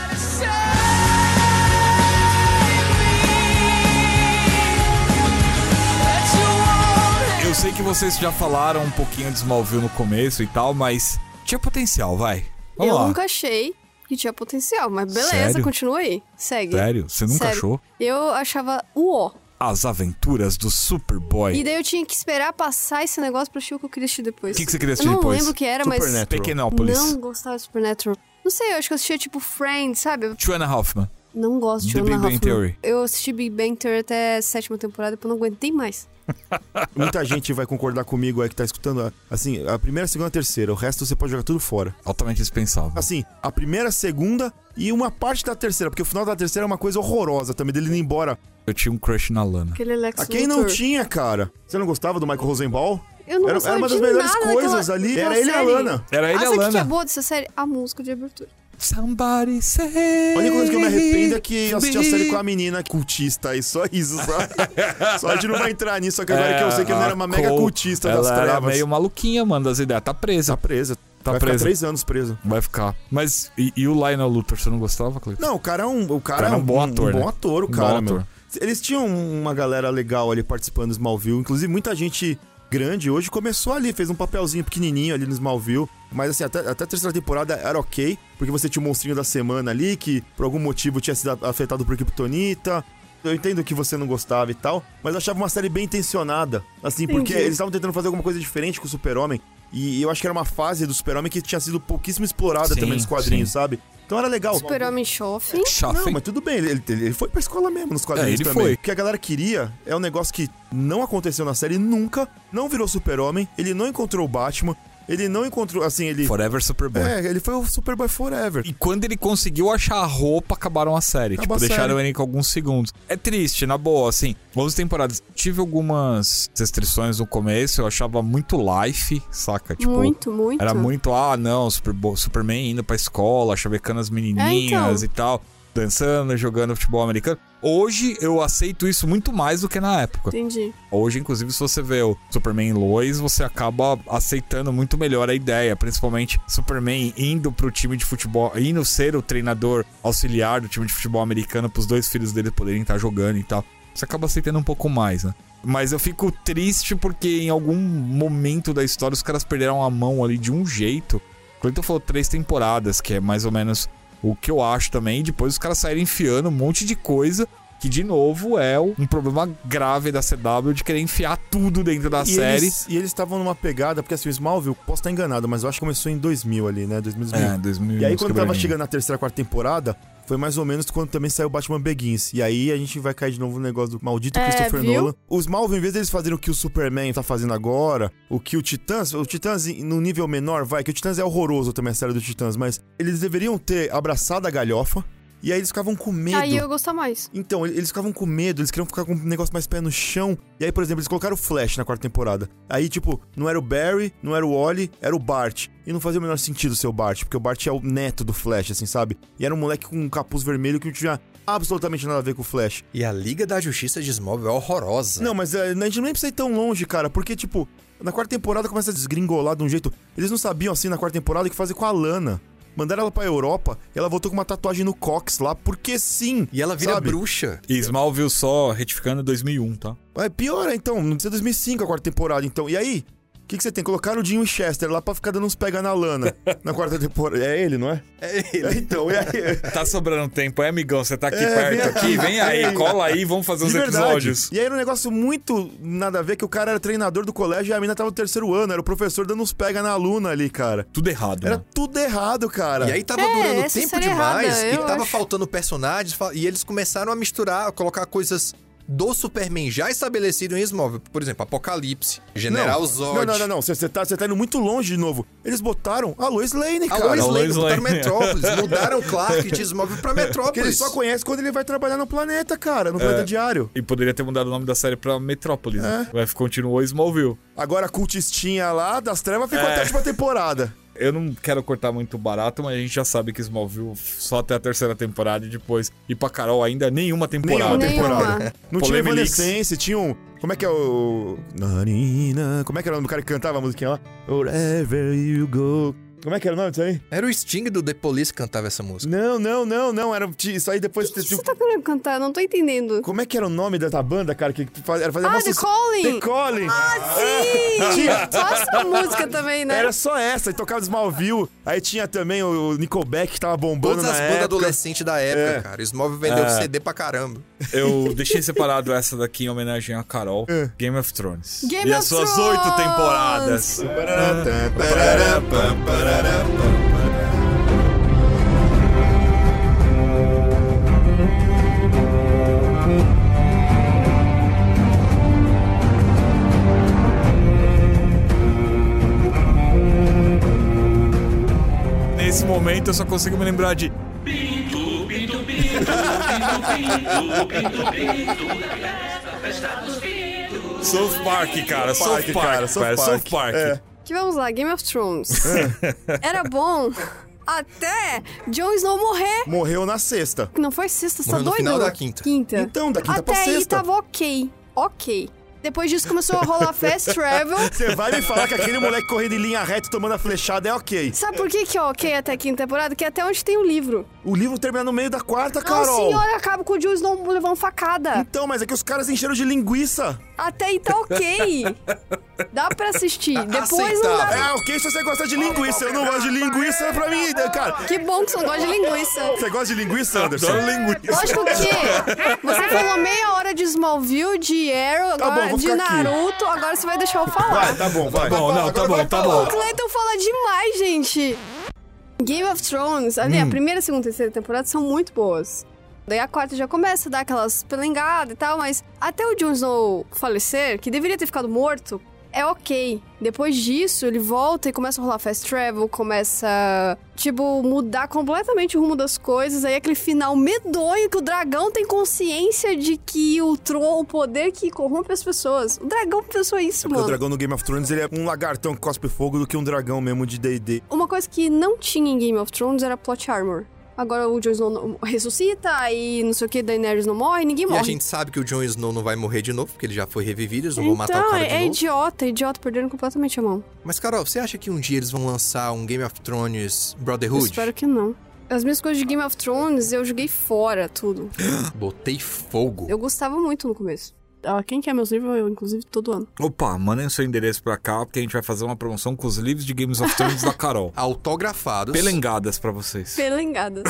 Eu sei que vocês já falaram um pouquinho de Smallville no começo e tal, mas tinha potencial, vai. Vamos lá. Eu nunca achei que tinha potencial, mas beleza, Sério? continua aí. Segue. Sério? Você nunca Sério. achou? Eu achava uó. As Aventuras do Superboy. E daí eu tinha que esperar passar esse negócio pra assistir o que eu queria assistir depois. O que você queria assistir Eu não depois? lembro o que era, mas... Supernatural. Pequenópolis. Não gostava de Supernatural. Não sei, eu acho que eu assistia tipo Friends, sabe? Two and a Half Men. Não gosto de The Big Anna Bang Hoffman. Theory. Eu assisti Big Bang Theory até a 7ª temporada, depois não aguentei mais. Muita gente vai concordar comigo aí que tá escutando. Assim, a primeira, a segunda, a terceira. O resto você pode jogar tudo fora. Altamente dispensável. Assim, a primeira, a segunda e uma parte da terceira. Porque o final da terceira é uma coisa horrorosa também, dele indo embora. Eu tinha um crush na Lana. Aquele Lex A quem não Luthor. tinha, cara? Você não gostava do Michael Rosenbaum? Eu não Era gostava uma das de melhores nada coisas daquela- ali. daquela Era ele e a série. Lana. Era ele e a Sabe o que é Lana. boa dessa série? A música de abertura. Somebody say. A única coisa que eu me arrependo é que eu assisti a série com a menina cultista aí, só isso, só. Só a gente não vai entrar nisso, só que agora que eu sei que ela era uma mega cultista das ela era trevas. meio maluquinha, mano, das ideias. Tá presa. Tá presa. Tá vai presa. ficar 3 anos preso. Vai ficar. Mas, e o Lionel Luthor, você não gostava, Cleiton? Não, o cara é um bom ator, um bom né? ator, o Um cara, bom meu. ator. Eles tinham uma galera legal ali participando do Smallville. Inclusive, muita gente grande hoje começou ali, fez um papelzinho pequenininho ali no Smallville. Mas assim, até a terceira temporada era ok, porque você tinha o monstrinho da semana ali, que por algum motivo tinha sido afetado por Kryptonita. Eu entendo que você não gostava e tal, mas eu achava uma série bem intencionada. Assim, porque Entendi. eles estavam tentando fazer alguma coisa diferente com o Super-Homem. E eu acho que era uma fase do Super-Homem que tinha sido pouquíssimo explorada Sim, também nos quadrinhos, sim. sabe? Então era legal. Super-Homem Chofre. Chafe. Não, mas tudo bem, ele foi pra escola mesmo nos quadrinhos ele também. foi. O que a galera queria é um negócio que não aconteceu na série nunca, não virou Super-Homem, ele não encontrou o Batman, ele não encontrou, assim, ele... Forever Superboy. Ele foi o Superboy Forever. E quando ele conseguiu achar a roupa, acabaram a série. Acabou tipo, a deixaram série. ele com alguns segundos. É triste, na boa, assim. 11 temporadas. Tive algumas restrições no começo, eu achava muito life, saca? Tipo, Muito, muito. era muito, não, Superman indo pra escola, chavecando as menininhas então. e tal. Dançando, jogando futebol americano. Hoje eu aceito isso muito mais do que na época. Entendi. Hoje, inclusive, se você vê o Superman em Lois, você acaba aceitando muito melhor a ideia. Principalmente Superman indo pro time de futebol, indo ser o treinador auxiliar do time de futebol americano pros 2 filhos dele poderem estar jogando e tal. Você acaba aceitando um pouco mais, né? Mas eu fico triste porque em algum momento da história os caras perderam a mão ali de um jeito. O Cleiton falou 3 temporadas, que é mais ou menos o que eu acho também. E depois os caras saíram enfiando um monte de coisa Que, de novo, é um problema grave da CW de querer enfiar tudo dentro da série. E eles estavam numa pegada, porque assim, o Smallville, posso estar enganado, mas eu acho que começou em 2000 ali, né? 2000. 2000. E aí, quando tava chegando na terceira, quarta temporada, foi mais ou menos quando também saiu Batman Begins. E aí a gente vai cair de novo no negócio do maldito Christopher Nolan. Os Smallville, em vez deles fazerem o que o Superman tá fazendo agora, o que o Titãs no nível menor, que o Titãs é horroroso também, a série do Titãs, mas eles deveriam ter abraçado a galhofa. E aí eles ficavam com medo. Aí eu gostar mais. Então, eles ficavam com medo, eles queriam ficar com um negócio mais pé no chão. E aí, por exemplo, eles colocaram o Flash na quarta temporada. Aí, tipo, não era o Barry, não era o Wally, era o Bart. E não fazia o menor sentido ser o Bart, porque o Bart é o neto do Flash, assim, sabe? E era um moleque com um capuz vermelho que não tinha absolutamente nada a ver com o Flash. E a Liga da Justiça de Smallville é horrorosa. Não, mas a gente nem precisa ir tão longe, cara, porque, tipo, na quarta temporada começa a desgringolar de um jeito... Eles não sabiam, assim, na quarta temporada, o que fazer com a Lana. Mandaram ela pra Europa e ela voltou com uma tatuagem no cox lá, porque sim. E ela vira bruxa. E Smallville, só retificando, 2001, tá? É pior, então. Não precisa 2005 a quarta temporada, então. E aí? O que você tem? Colocaram o Jim Winchester lá pra ficar dando uns pega na Lana na quarta temporada. É ele, não é? É ele. Então, e aí? Tá sobrando tempo, amigão? Você tá aqui perto aqui? Vem aí, cola aí, vamos fazer uns episódios. E aí era um negócio muito nada a ver, que o cara era treinador do colégio e a mina tava no terceiro ano. Era o professor dando uns pega na aluna ali, cara. Tudo errado, Era tudo errado, cara. E aí tava durando tempo demais e tava faltando personagens e eles começaram a misturar, a colocar coisas do Superman já estabelecido em Smallville. Por exemplo, Apocalipse, General Zod. Não. Você tá indo muito longe de novo. Eles botaram a Lois Lane, cara. A Lois Lane, botaram Metrópolis. Mudaram o Clark de Smallville pra Metrópolis. Que ele só conhece quando ele vai trabalhar no planeta, cara. No planeta diário. E poderia ter mudado o nome da série pra Metrópolis. Né? Continuou Smallville. Agora a cultistinha lá das trevas ficou até a última temporada. Eu não quero cortar muito barato, mas a gente já sabe que Smallville só até a terceira temporada e depois ir pra Carol ainda nenhuma temporada. Não tinha Evanescence, tinha um... Como é que é o... Como é que era o nome do cara que cantava a musiquinha lá? Wherever you go... Como é que era o nome disso aí? Era o Sting do The Police que cantava essa música. Não. Era isso aí depois... O que você tá querendo cantar? Eu não tô entendendo. Como é que era o nome dessa banda, cara? Que era fazer The Calling! The Calling! Sim! Só essa música também, né? Era só essa. E tocava Smallville. Aí tinha também o Nickelback que tava bombando todas as bandas adolescentes da época, cara. Smallville vendeu CD pra caramba. Eu deixei separado essa daqui em homenagem a Carol. Game of Thrones. E as suas 8 temporadas. Nesse momento eu só consigo me lembrar de Pinto, pinto, pinto, pinto, pinto, pinto, festa dos pintos. South Park, cara. South Park. Que vamos lá, Game of Thrones. Era bom até Jon Snow morrer. Morreu na sexta. Não foi sexta, você tá doido? No final da quinta. Então, da quinta pra sexta. Até aí tava ok. Depois disso começou a rolar Fast Travel. Você vai me falar que aquele moleque correndo em linha reta tomando a flechada é ok. Sabe por que é ok até a quinta temporada? Que é até onde tem o livro. O livro termina no meio da quarta, Carol. Não, senhora, acaba com o Jon Snow levando facada. Então, mas é que os caras encheram de linguiça. Até aí tá ok. Dá pra assistir. Depois não dá. É ok se você gosta de linguiça. Eu não gosto de linguiça pra mim, cara. Que bom que você não gosta de linguiça. Você gosta de linguiça, Anderson? Linguiça. Lógico que você falou meia hora de Smallville, de Arrow, agora de Naruto. Agora você vai deixar eu falar. Vai, tá bom. Tá bom. O Cleiton fala demais, gente. Game of Thrones, ali, a primeira, segunda e terceira temporada são muito boas. Daí a quarta já começa a dar aquelas pelengadas e tal, mas até o Jon Snow falecer, que deveria ter ficado morto, é ok. Depois disso, ele volta e começa a rolar fast travel, começa, mudar completamente o rumo das coisas. Aí aquele final medonho que o dragão tem consciência de que o poder que corrompe as pessoas. O dragão pensou isso, mano. O dragão no Game of Thrones, ele é um lagartão que cospe fogo do que um dragão mesmo de D&D. Uma coisa que não tinha em Game of Thrones era plot armor. Agora o Jon Snow ressuscita, aí não sei o que, Daenerys não morre, ninguém morre. E a gente sabe que o Jon Snow não vai morrer de novo, porque ele já foi revivido, eles não vão matar o cara de novo. Idiota, perderam completamente a mão. Mas, Carol, você acha que um dia eles vão lançar um Game of Thrones Brotherhood? Eu espero que não. As minhas coisas de Game of Thrones, eu joguei fora tudo. Botei fogo. Eu gostava muito no começo. Quem quer meus livros, eu, inclusive, todo ano. Opa, mandem o seu endereço pra cá, porque a gente vai fazer uma promoção com os livros de Games of Thrones da Carol. Autografados. Pelengadas pra vocês. Pelengadas.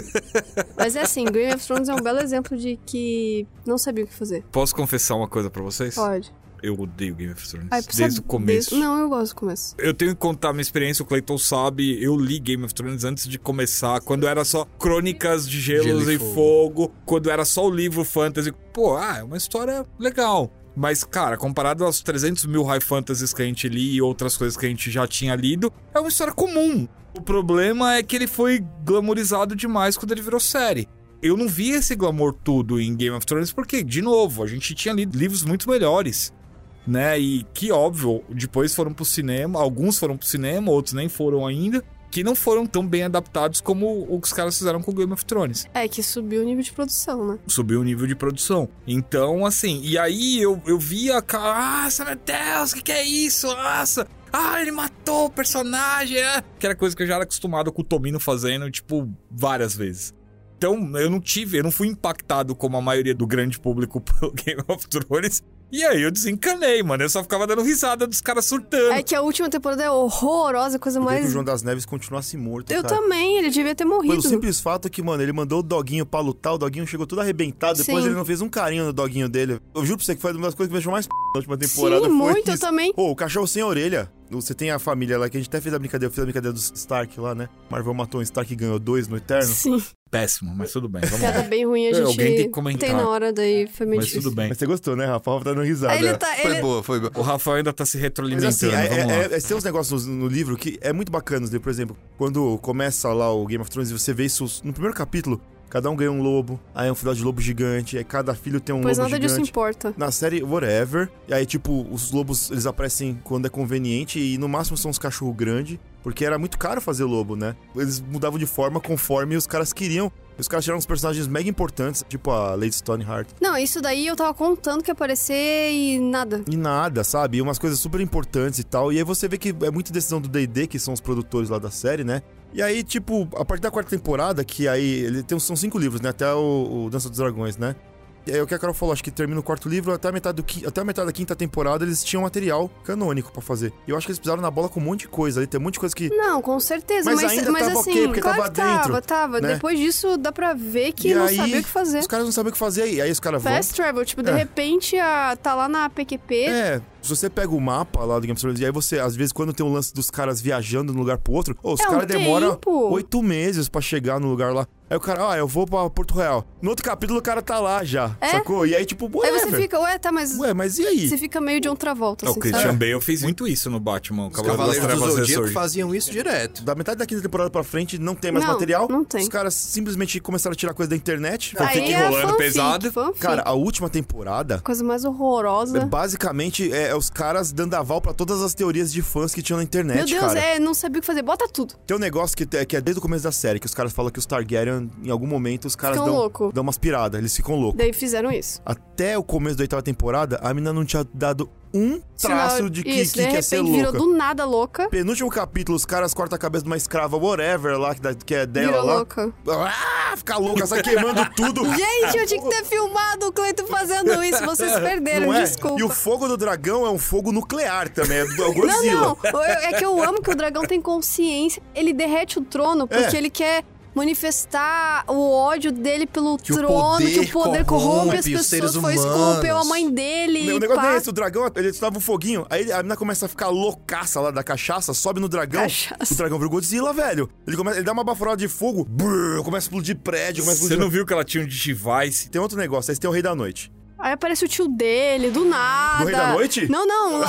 Mas é assim, Game of Thrones é um belo exemplo de que não sabia o que fazer. Posso confessar uma coisa pra vocês? Pode. Eu odeio Game of Thrones. Desde o começo. Não, eu gosto do começo. Eu tenho que contar minha experiência, o Clayton sabe. Eu li Game of Thrones antes de começar, quando era só Crônicas de Gelos e Fogo, quando era só o livro fantasy. Pô, é uma história legal. Mas, cara, comparado aos 300 mil high fantasies que a gente li e outras coisas que a gente já tinha lido, é uma história comum. O problema é que ele foi glamourizado demais quando ele virou série. Eu não vi esse glamour tudo em Game of Thrones porque, de novo, a gente tinha lido livros muito melhores. Né, e que óbvio, depois foram pro cinema, alguns foram pro cinema, outros nem foram ainda, que não foram tão bem adaptados como o que os caras fizeram com o Game of Thrones. É, que subiu o nível de produção, né? Subiu o nível de produção. Então, assim, e aí eu via, nossa, meu Deus, o que é isso? Nossa, ele matou o personagem, que era coisa que eu já era acostumado com o Tomino fazendo, tipo, várias vezes. Então, eu não fui impactado como a maioria do grande público pelo Game of Thrones. E aí eu desencanei, mano. Eu só ficava dando risada dos caras surtando. É que a última temporada é horrorosa, coisa mais... o João das Neves continuasse morto, Eu também, ele devia ter morrido. Pelo simples fato que, mano, ele mandou o doguinho pra lutar, o doguinho chegou todo arrebentado, depois ele não fez um carinho no doguinho dele. Eu juro pra você que foi uma das coisas que me deixou mais na última temporada. Sim, muito, eu também. O cachorro sem orelha. Você tem a família lá, que a gente até fez a brincadeira, eu fiz a brincadeira dos Stark lá, né? Marvel matou um Stark e ganhou 2 no Eterno. Sim. Péssimo, mas tudo bem, vamos lá. Piada bem ruim, a gente alguém tem que comentar. Tem na hora, daí foi meio mas difícil. Tudo bem. Mas você gostou, né, Rafa? O Rafa tá dando risada. Foi boa. O Rafael ainda tá se retroalimentando, mas, assim, vamos lá. Tem uns negócios no livro que é muito bacanas, por exemplo, quando começa lá o Game of Thrones e você vê isso no primeiro capítulo, cada um ganha um lobo, aí é um filhote de lobo gigante, aí cada filho tem um lobo gigante. Pois nada disso importa. Na série, whatever. E aí, tipo, os lobos, eles aparecem quando é conveniente e no máximo são uns cachorros grandes, porque era muito caro fazer lobo, né? Eles mudavam de forma conforme os caras queriam. Os caras tiraram uns personagens mega importantes, tipo a Lady Stoneheart. Não, isso daí eu tava contando que ia aparecer e nada. E nada, sabe? E umas coisas super importantes e tal. E aí você vê que é muita decisão do D&D, que são os produtores lá da série, né? E aí, tipo, a partir da 4ª temporada, que aí são 5 livros, né? Até o Dança dos Dragões, né? E aí o que a Carol falou, acho que termina o 4º livro, até a metade da 5ª temporada eles tinham material canônico pra fazer. E eu acho que eles pisaram na bola com um monte de coisa ali, tem um monte de coisa que... Não, com certeza, mas ainda tava assim, ok, porque claro tava que dentro. Tava. Né? Depois disso dá pra ver que e não aí, sabia o que fazer. Os caras não sabem o que fazer, e aí os caras vão... Fast travel, tipo, de repente tá lá na PQP... Se você pega o mapa lá do Game of Thrones, e aí você, às vezes, quando tem um lance dos caras viajando de um lugar pro outro, os caras demoram 8 meses pra chegar no lugar lá. Aí o cara, eu vou pra Porto Real. No outro capítulo o cara tá lá já, sacou? E aí tipo, Aí você fica, mas e aí? Você fica meio de outra volta, assim, o Christian Bale fez muito isso no Batman. Os Cavaleiros do Zodíaco faziam isso direto. Da metade da 5ª temporada pra frente não tem mais material. Não tem. Os caras simplesmente começaram a tirar coisa da internet. Fanfic rolando pesado. Cara, a última temporada... Coisa mais horrorosa. Basicamente, é os caras dando aval pra todas as teorias de fãs que tinham na internet, Meu Deus, cara. não sabia o que fazer. Bota tudo. Tem um negócio que é desde o começo da série, que os caras falam que os Targaryen, em algum momento, os caras dão umas piradas, eles ficam loucos. Daí fizeram isso. Até o começo da 8ª temporada, a mina não tinha dado um traço de que ia ser louca. De repente virou do nada louca. Penúltimo capítulo, os caras cortam a cabeça de uma escrava, whatever, lá, que é dela virou lá. Louca. Fica louca, sai queimando tudo. Gente, eu tinha que ter filmado o Cleiton fazendo isso, vocês perderam, desculpa. E o fogo do dragão é um fogo nuclear também, é do Godzilla. Não, é que eu amo que o dragão tem consciência. Ele derrete o trono porque ele quer manifestar o ódio dele pelo trono, que o poder corrompe as pessoas, foi isso que corrompeu a mãe dele. O negócio é esse, o dragão, ele estava um foguinho, aí a menina começa a ficar loucaça lá da cachaça, sobe no dragão, o dragão vira Godzilla, velho. Ele dá uma baforada de fogo, começa a explodir prédio, Você não viu que ela tinha um Digivice? Tem outro negócio, aí você tem o Rei da Noite. Aí aparece o tio dele, do nada. Do Rei da Noite? Não.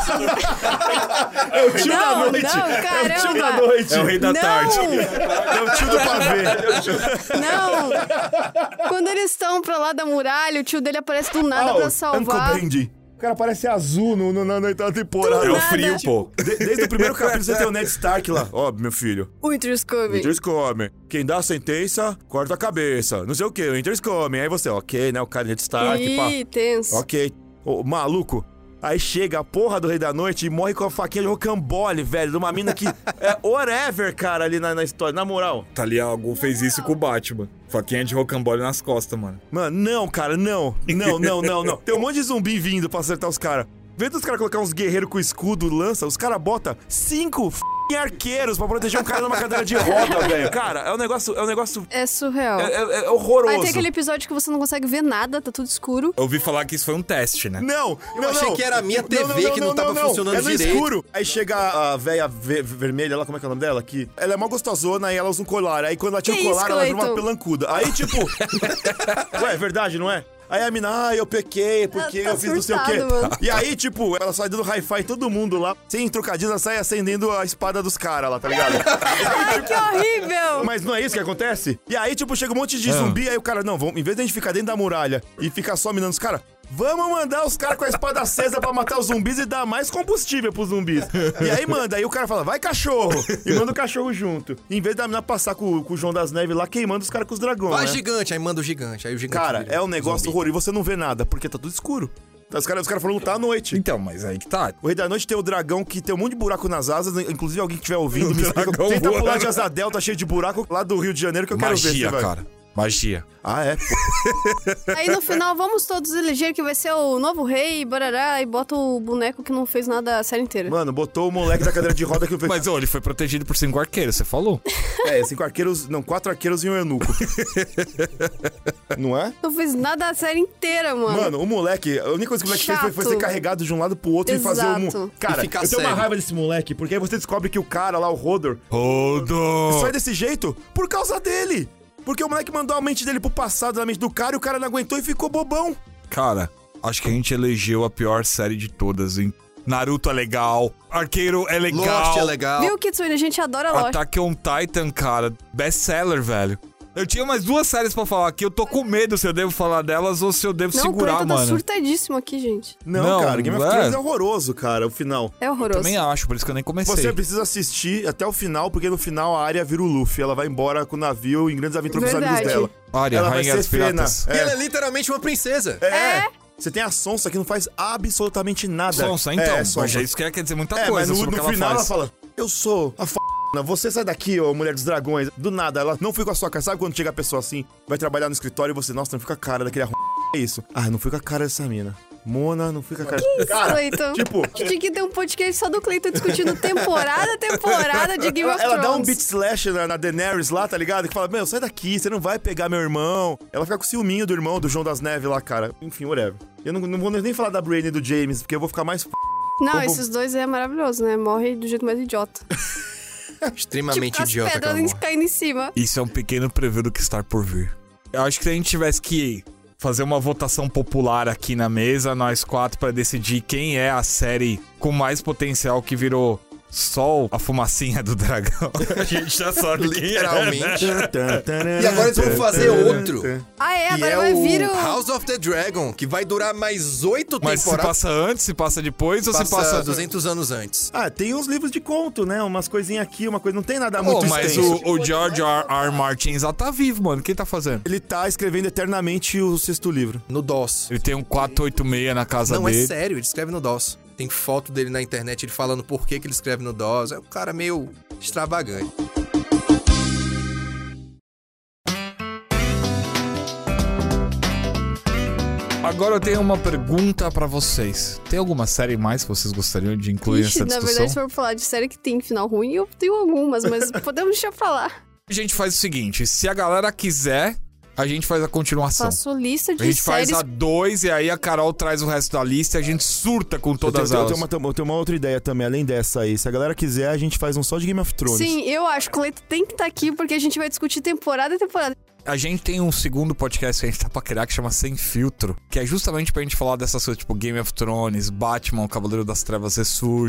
É o tio da noite. Não, caramba. É o tio da noite. É o Rei da tarde. É o tio do pavê. Não. Quando eles estão pra lá da muralha, o tio dele aparece do nada pra salvar. O cara parece azul na 8ª temporada. É o frio, pô. Desde o primeiro capítulo você tem o Ned Stark lá. Ó, meu filho. O Winter's Coming. Winter's Coming. Quem dá a sentença, corta a cabeça. Não sei o que, o Winter's Coming. Aí você, ok, né? O cara Ned Stark, pá. Tenso. Ok. Ô, maluco. Aí chega a porra do Rei da Noite e morre com a faquinha de rocambole, velho, de uma mina que é whatever, cara, ali na história, na moral. Taliago fez isso com o Batman. Faquinha de rocambole nas costas, mano. Mano, não, cara, não. Tem um monte de zumbi vindo pra acertar os caras. Vê dos caras colocar uns guerreiros com escudo, lança, os caras botam 5 arqueiros pra proteger um cara numa cadeira de roda, velho. Cara, é um negócio... É surreal. É horroroso. Aí tem aquele episódio que você não consegue ver nada, tá tudo escuro. Eu ouvi falar que isso foi um teste, né? Eu achei que era a minha TV que não tava funcionando direito. É no escuro. Aí chega a véia vermelha lá, como é que é o nome dela? Que ela é mó gostosona, e ela usa um colar. Aí quando ela tira o colar, ela vira uma pelancuda. Aí, tipo... Ué, é verdade, não é? Aí a mina, eu pequei, porque eu fiz não sei o quê. Mano. E aí, tipo, ela sai dando hi-fi em todo mundo lá. Sem trocadilho, ela sai acendendo a espada dos caras lá, tá ligado? Ai, que horrível! Mas não é isso que acontece? E aí, tipo, chega um monte de zumbi, aí o cara, não, em vez de a gente ficar dentro da muralha e ficar só minando os caras, vamos mandar os caras com a espada acesa pra matar os zumbis e dar mais combustível pros zumbis. E aí manda, aí o cara fala, vai cachorro! E manda o cachorro junto. E em vez da mina passar com o João das Neves lá, queimando os caras com os dragões, vai, né? Gigante, aí manda o gigante. Aí o gigante cara, é um negócio horroroso. E você não vê nada, porque tá tudo escuro. Os caras foram lutar à noite. Então, mas aí que tá. O Rei da Noite tem o dragão que tem um monte de buraco nas asas. Inclusive, alguém que estiver ouvindo, me explica. Tenta pular de asa delta cheio de buraco lá do Rio de Janeiro que eu quero ver. Magia, cara. Magia. Ah, é? Aí no final vamos todos eleger que vai ser o novo rei, barará, e bota o boneco que não fez nada a série inteira. Mano, botou o moleque da cadeira de roda que não fez... Mas, ele foi protegido por 5 arqueiros, você falou? 5 arqueiros... Não, 4 arqueiros e um eunuco. Não é? Não fez nada a série inteira, mano. Mano, o moleque... A única coisa que o moleque fez foi ser carregado de um lado pro outro. Exato. E fazer um... Cara, eu tenho uma raiva desse moleque, porque aí você descobre que o cara lá, o Hodor... sai desse jeito por causa dele. Porque o moleque mandou a mente dele pro passado, na mente do cara, e o cara não aguentou e ficou bobão. Cara, acho que a gente elegeu a pior série de todas, hein? Naruto é legal, Arqueiro é legal. Lost é legal. Viu, Kitsune? A gente adora Lost. Attack on Titan, cara, best-seller, velho. Eu tinha mais 2 séries pra falar aqui, eu tô com medo se eu devo falar delas ou se eu devo segurar, mano. Não, o Cleiton tá surtadíssimo aqui, gente. Não, cara, Game of Thrones é horroroso, cara, o final. É horroroso. Eu também acho, por isso que eu nem comecei. Você precisa assistir até o final, porque no final a Arya vira o Luffy. Ela vai embora com o navio em grandes aventuras com os amigos dela. Arya, ela rainha dos piratas. E ela é literalmente uma princesa. Você tem a Sonsa que não faz absolutamente nada. Sonsa, então. Sonsa. Isso quer dizer muita coisa. Mas no final ela fala, eu sou a você sai daqui, ô mulher dos dragões. Do nada, ela não foi com a sua cara. Sabe quando chega a pessoa assim, vai trabalhar no escritório e você, nossa, não fica a cara daquele É isso. Ah, não fica a cara dessa mina. Mona, não fica a cara... Que isso, Cleiton? Tipo... Tinha que ter um podcast só do Cleiton discutindo temporada de Game of Thrones. Ela dá um beat slash na Daenerys lá, tá ligado? Que fala, meu, sai daqui, você não vai pegar meu irmão. Ela fica com o ciúminho do irmão, do João das Neves lá, cara. Enfim, whatever. Eu não vou nem falar da Brienne e do James, porque eu vou ficar mais... Não, esses dois é maravilhoso, né? Morre do jeito mais idiota. Extremamente tipo, idiota. As pedras caindo em cima. Isso é um pequeno preview do que está por vir. Eu acho que se a gente tivesse que fazer uma votação popular aqui na mesa, nós 4, pra decidir quem é a série com mais potencial que virou só a fumacinha do dragão. A gente já sabe literalmente. E agora eles vão fazer outro. Ah, é? Agora vai vir o House of the Dragon, que vai durar mais 8 temporadas. Mas se passa antes, se passa depois ou se passa... 200 anos antes. Ah, tem uns livros de conto, né? Umas coisinhas aqui, uma coisa... Não tem nada muito extenso. Mas o George R. Martin já tá vivo, mano. O que ele tá fazendo? Ele tá escrevendo eternamente o 6º livro. No DOS. Ele tem um 486 na casa dele. Não, é sério, ele escreve no DOS. Tem foto dele na internet, ele falando por que ele escreve no DOS. É um cara meio extravagante. Agora eu tenho uma pergunta pra vocês. Tem alguma série mais que vocês gostariam de incluir nessa discussão? Na verdade, se for falar de série que tem final ruim, eu tenho algumas, mas podemos deixar pra lá. A gente faz o seguinte, se a galera quiser... A gente faz a continuação. Faço lista de séries. A gente faz a 2 e aí a Carol traz o resto da lista e a gente surta com todas elas. Eu tenho uma outra ideia também, além dessa aí. Se a galera quiser, a gente faz um só de Game of Thrones. Sim, eu acho que o Cleiton tem que estar aqui porque a gente vai discutir temporada a temporada. A gente tem um segundo podcast que a gente tá pra criar que chama Sem Filtro, que é justamente pra gente falar dessas coisas tipo Game of Thrones, Batman, o Cavaleiro das Trevas ressurge.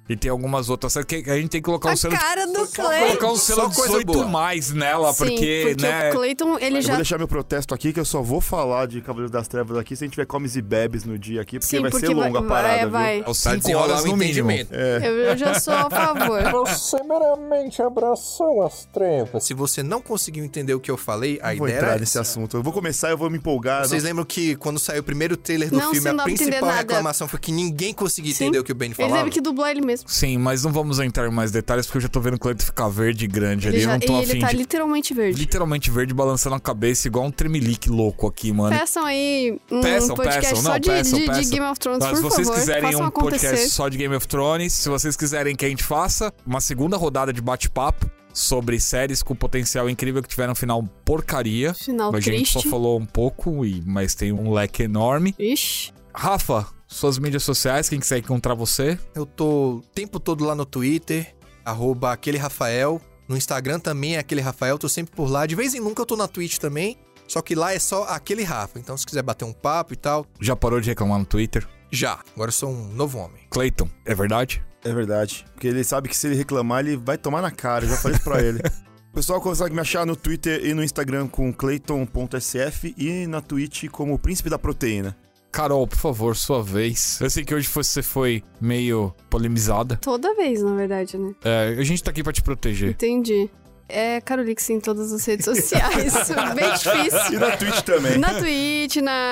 E tem algumas outras séries que a gente tem que colocar um selo... A cara do Clayton. Colocar um selo 18+ nela, Sim, porque, né... o Clayton, ele Eu já... vou deixar meu protesto aqui, que eu só vou falar de Cavaleiro das Trevas aqui se a gente tiver comes e bebes no dia aqui, porque Sim, vai porque ser longa a parada, viu? vai. Aos 5 horas no mínimo. Eu já sou a favor. Você meramente abraçou as trevas. Se você não conseguiu entender o que eu falei, a Vou ideia entrar era nesse essa. assunto. Eu vou começar, eu vou me empolgar. Vocês lembram que quando saiu o primeiro trailer do Não, filme, você a não vai entender principal nada. reclamação foi que ninguém conseguia Sim. entender o que o Ben Ele falava? teve que dublar ele mesmo. Sim, mas não vamos entrar em mais detalhes, porque eu já tô vendo o Cleiton ficar verde e grande ali. Eu não tô E afim ele tá de... literalmente verde. Literalmente verde, balançando a cabeça, igual um tremelique louco aqui, mano. Peçam aí um Peçam, podcast peçam. só Não, de Game of Thrones, Mas por se vocês favor. quiserem Façam um podcast acontecer. só de Game of Thrones, se vocês quiserem que a gente faça uma segunda rodada de bate-papo sobre séries com potencial incrível que tiveram um final porcaria. Final A gente só triste. falou um pouco, mas tem um leque enorme. Ixi. Rafa, suas mídias sociais, quem quiser encontrar você? Eu tô o tempo todo lá no Twitter, @aquelerafael. No Instagram também é aquele Rafael, tô sempre por lá. De vez em nunca eu tô na Twitch também, só que lá é só aquele Rafa. Então se quiser bater um papo e tal, Já parou de reclamar no Twitter? já. Agora eu sou um novo homem. Clayton, é verdade? É verdade. Porque ele sabe que se ele reclamar, ele vai tomar na cara. Eu já falei isso pra ele. O pessoal consegue me achar no Twitter e no Instagram com clayton.sf e na Twitch como Príncipe da Proteína. Carol, por favor, sua vez. Eu sei que hoje você foi meio polemizada. Toda vez, na verdade, né? A gente tá aqui pra te proteger. Entendi. É Carolix em todas as redes sociais. Bem difícil. E na Twitch também. Na Twitch,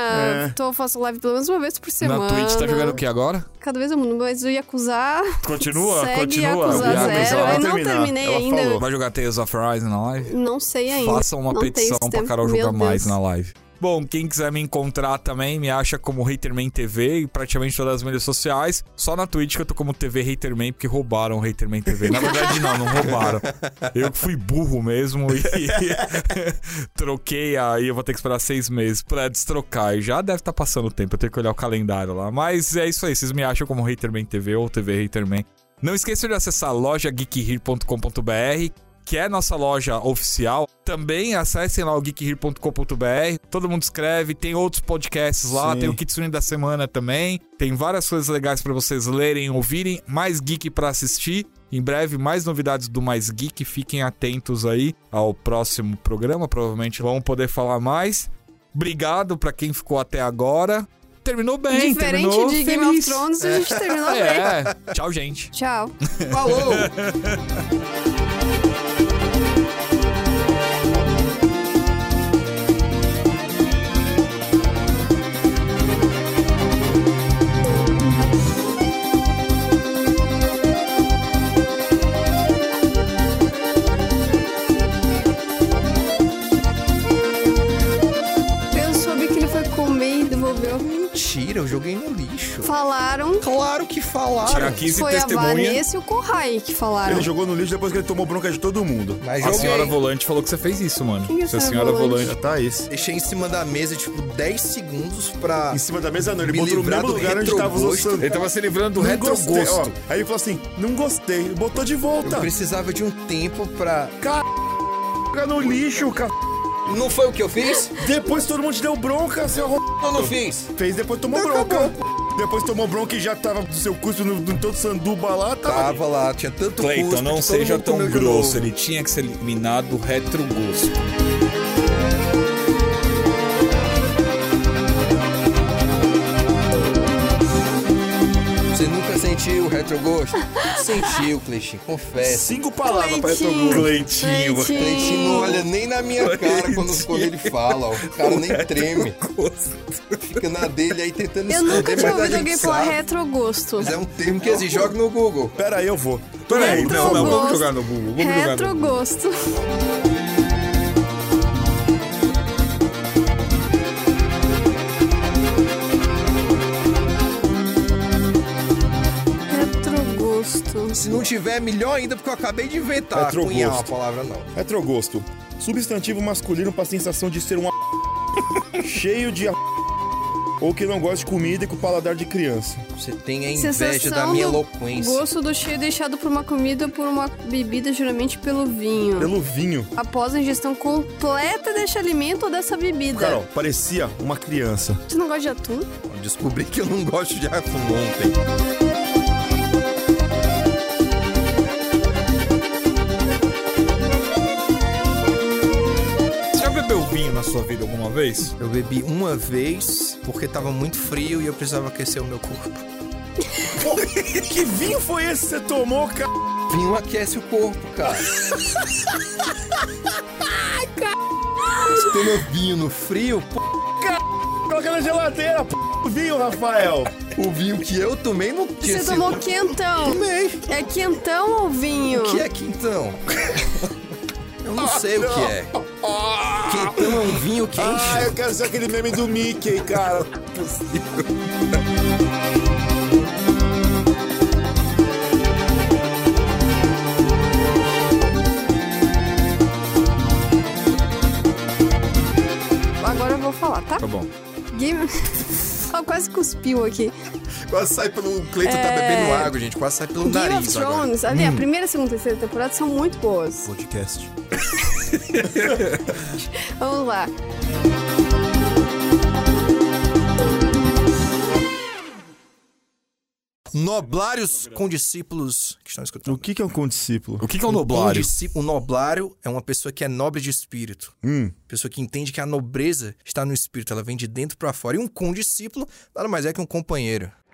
eu faço live pelo menos uma vez por semana. Na Twitch tá jogando o que agora? Cada vez eu mudo, mas o Yakuza... Continua, segue continua. Yakuza O Yakuza Zero. vai Eu não terminar. terminei Ela ainda. falou. Vai jogar Tales of Rise na live? Não sei ainda. Faça uma Não petição tenho pra tempo. Carol Meu jogar mais Deus. na live. Bom, quem quiser me encontrar também, me acha como Haterman TV e praticamente todas as mídias sociais. Só na Twitch que eu tô como TV Haterman, porque roubaram o Haterman TV. Na verdade, não roubaram. Eu que fui burro mesmo e troquei aí. Eu vou ter que esperar 6 meses pra destrocar. E já deve estar passando o tempo, eu tenho que olhar o calendário lá. Mas é isso aí, vocês me acham como Haterman TV ou TV Haterman. Não esqueçam de acessar lojageekhere.com.br, que é nossa loja oficial. Também acessem lá o geekhere.com.br. Todo mundo escreve, tem outros podcasts lá, Sim. tem o Kitsune da semana também. Tem várias coisas legais pra vocês lerem, ouvirem, mais geek pra assistir. Em breve, mais novidades do Mais Geek. Fiquem atentos aí ao próximo programa, provavelmente vamos poder falar mais. Obrigado pra quem ficou até agora. Terminou bem, Diferente terminou de Game feliz. of Thrones, a gente terminou bem. Tchau, gente. Tchau. Falou! Eu soube que ele foi comer e devolveu. Mentira, eu joguei no lixo. Falaram. Claro que falaram. Tinha 15 Foi a testemunhas. Vanessa e o Kohai que falaram. Ele jogou no lixo depois que ele tomou bronca de todo mundo. Mas A joguei. senhora Volante falou que você fez isso, mano. Quem é Essa a senhora senhora Volante. Já tá isso. Deixei em cima da mesa, tipo, 10 segundos pra... Em cima da mesa não, ele Me botou no livrar mesmo do lugar onde tava os retrogosto. ossos. Ele tava se livrando do Não gostei, ó. retrogosto. Aí ele falou assim, não gostei. Ele botou de volta. Eu precisava de um tempo pra... Joga no lixo, cara. Não foi o que eu fiz? Depois todo mundo te deu bronca, seu Eu não fiz. Fez, depois tomou bronca. Depois tomou bronca e já tava do seu curso no todo sanduba lá, Tava lá, tinha tanto Cleiton, custo não que todo seja mundo tão comeu de grosso. novo. Ele tinha que ser eliminado do retrogosto. Você nunca sentiu o retrogosto? Sentiu, Cleitinho, confesso. 5 palavras pra Cleitinho. retrogrupo. Cleitinho. Cleitinho não olha nem na minha cara quando ele fala, ó. O cara nem treme. Fica na dele aí tentando Eu nunca esconder, tinha mas a ouvido gente alguém falar sabe. retrogosto. Mas é um termo que existe. Joga no Google. Pera aí, eu vou. Peraí, não, vamos Retrogosto. jogar no Google. Vamos jogar no Google. Retrogosto. Retrogosto. Se não tiver, melhor ainda, porque eu acabei de inventar. Retrogosto. Cunhar uma palavra não. Retrogosto. Substantivo masculino pra sensação de ser um cheio de ou que não gosta de comida e com o paladar de criança. Você tem a inveja Sensação da minha do eloquência. Gosto do cheiro deixado por uma comida ou por uma bebida, geralmente pelo vinho. Pelo vinho. Após a ingestão completa deste alimento ou dessa bebida. Carol, parecia uma criança. Você não gosta de atum? Eu descobri que eu não gosto de atum ontem. sua vida alguma vez? Eu bebi uma vez porque tava muito frio e eu precisava aquecer o meu corpo. Que vinho foi esse que você tomou, cara? Vinho aquece o corpo, cara. Você toma vinho no frio, pô. Coloca na geladeira, o vinho, Rafael. O vinho que eu tomei não tinha Você tomou quentão. Tomei. É quentão ou vinho? O que é quentão? Eu não sei o que é. Quentão é um vinho quente. Eu quero ser aquele meme do Mickey, cara. Agora eu vou falar, tá? Tá bom. Game... Quase cuspiu aqui. Quase sai pelo... O Cleiton tá bebendo água, gente. Quase sai pelo Game nariz of Thrones, ali, a primeira, segunda e terceira temporada são muito boas. Podcast. Vamos lá. Noblários condiscípulos que estão escutando. O que é um condiscípulo? O que é o noblário? O noblário é uma pessoa que é nobre de espírito. Pessoa que entende que a nobreza está no espírito, ela vem de dentro pra fora. E um condiscípulo nada mais é que um companheiro.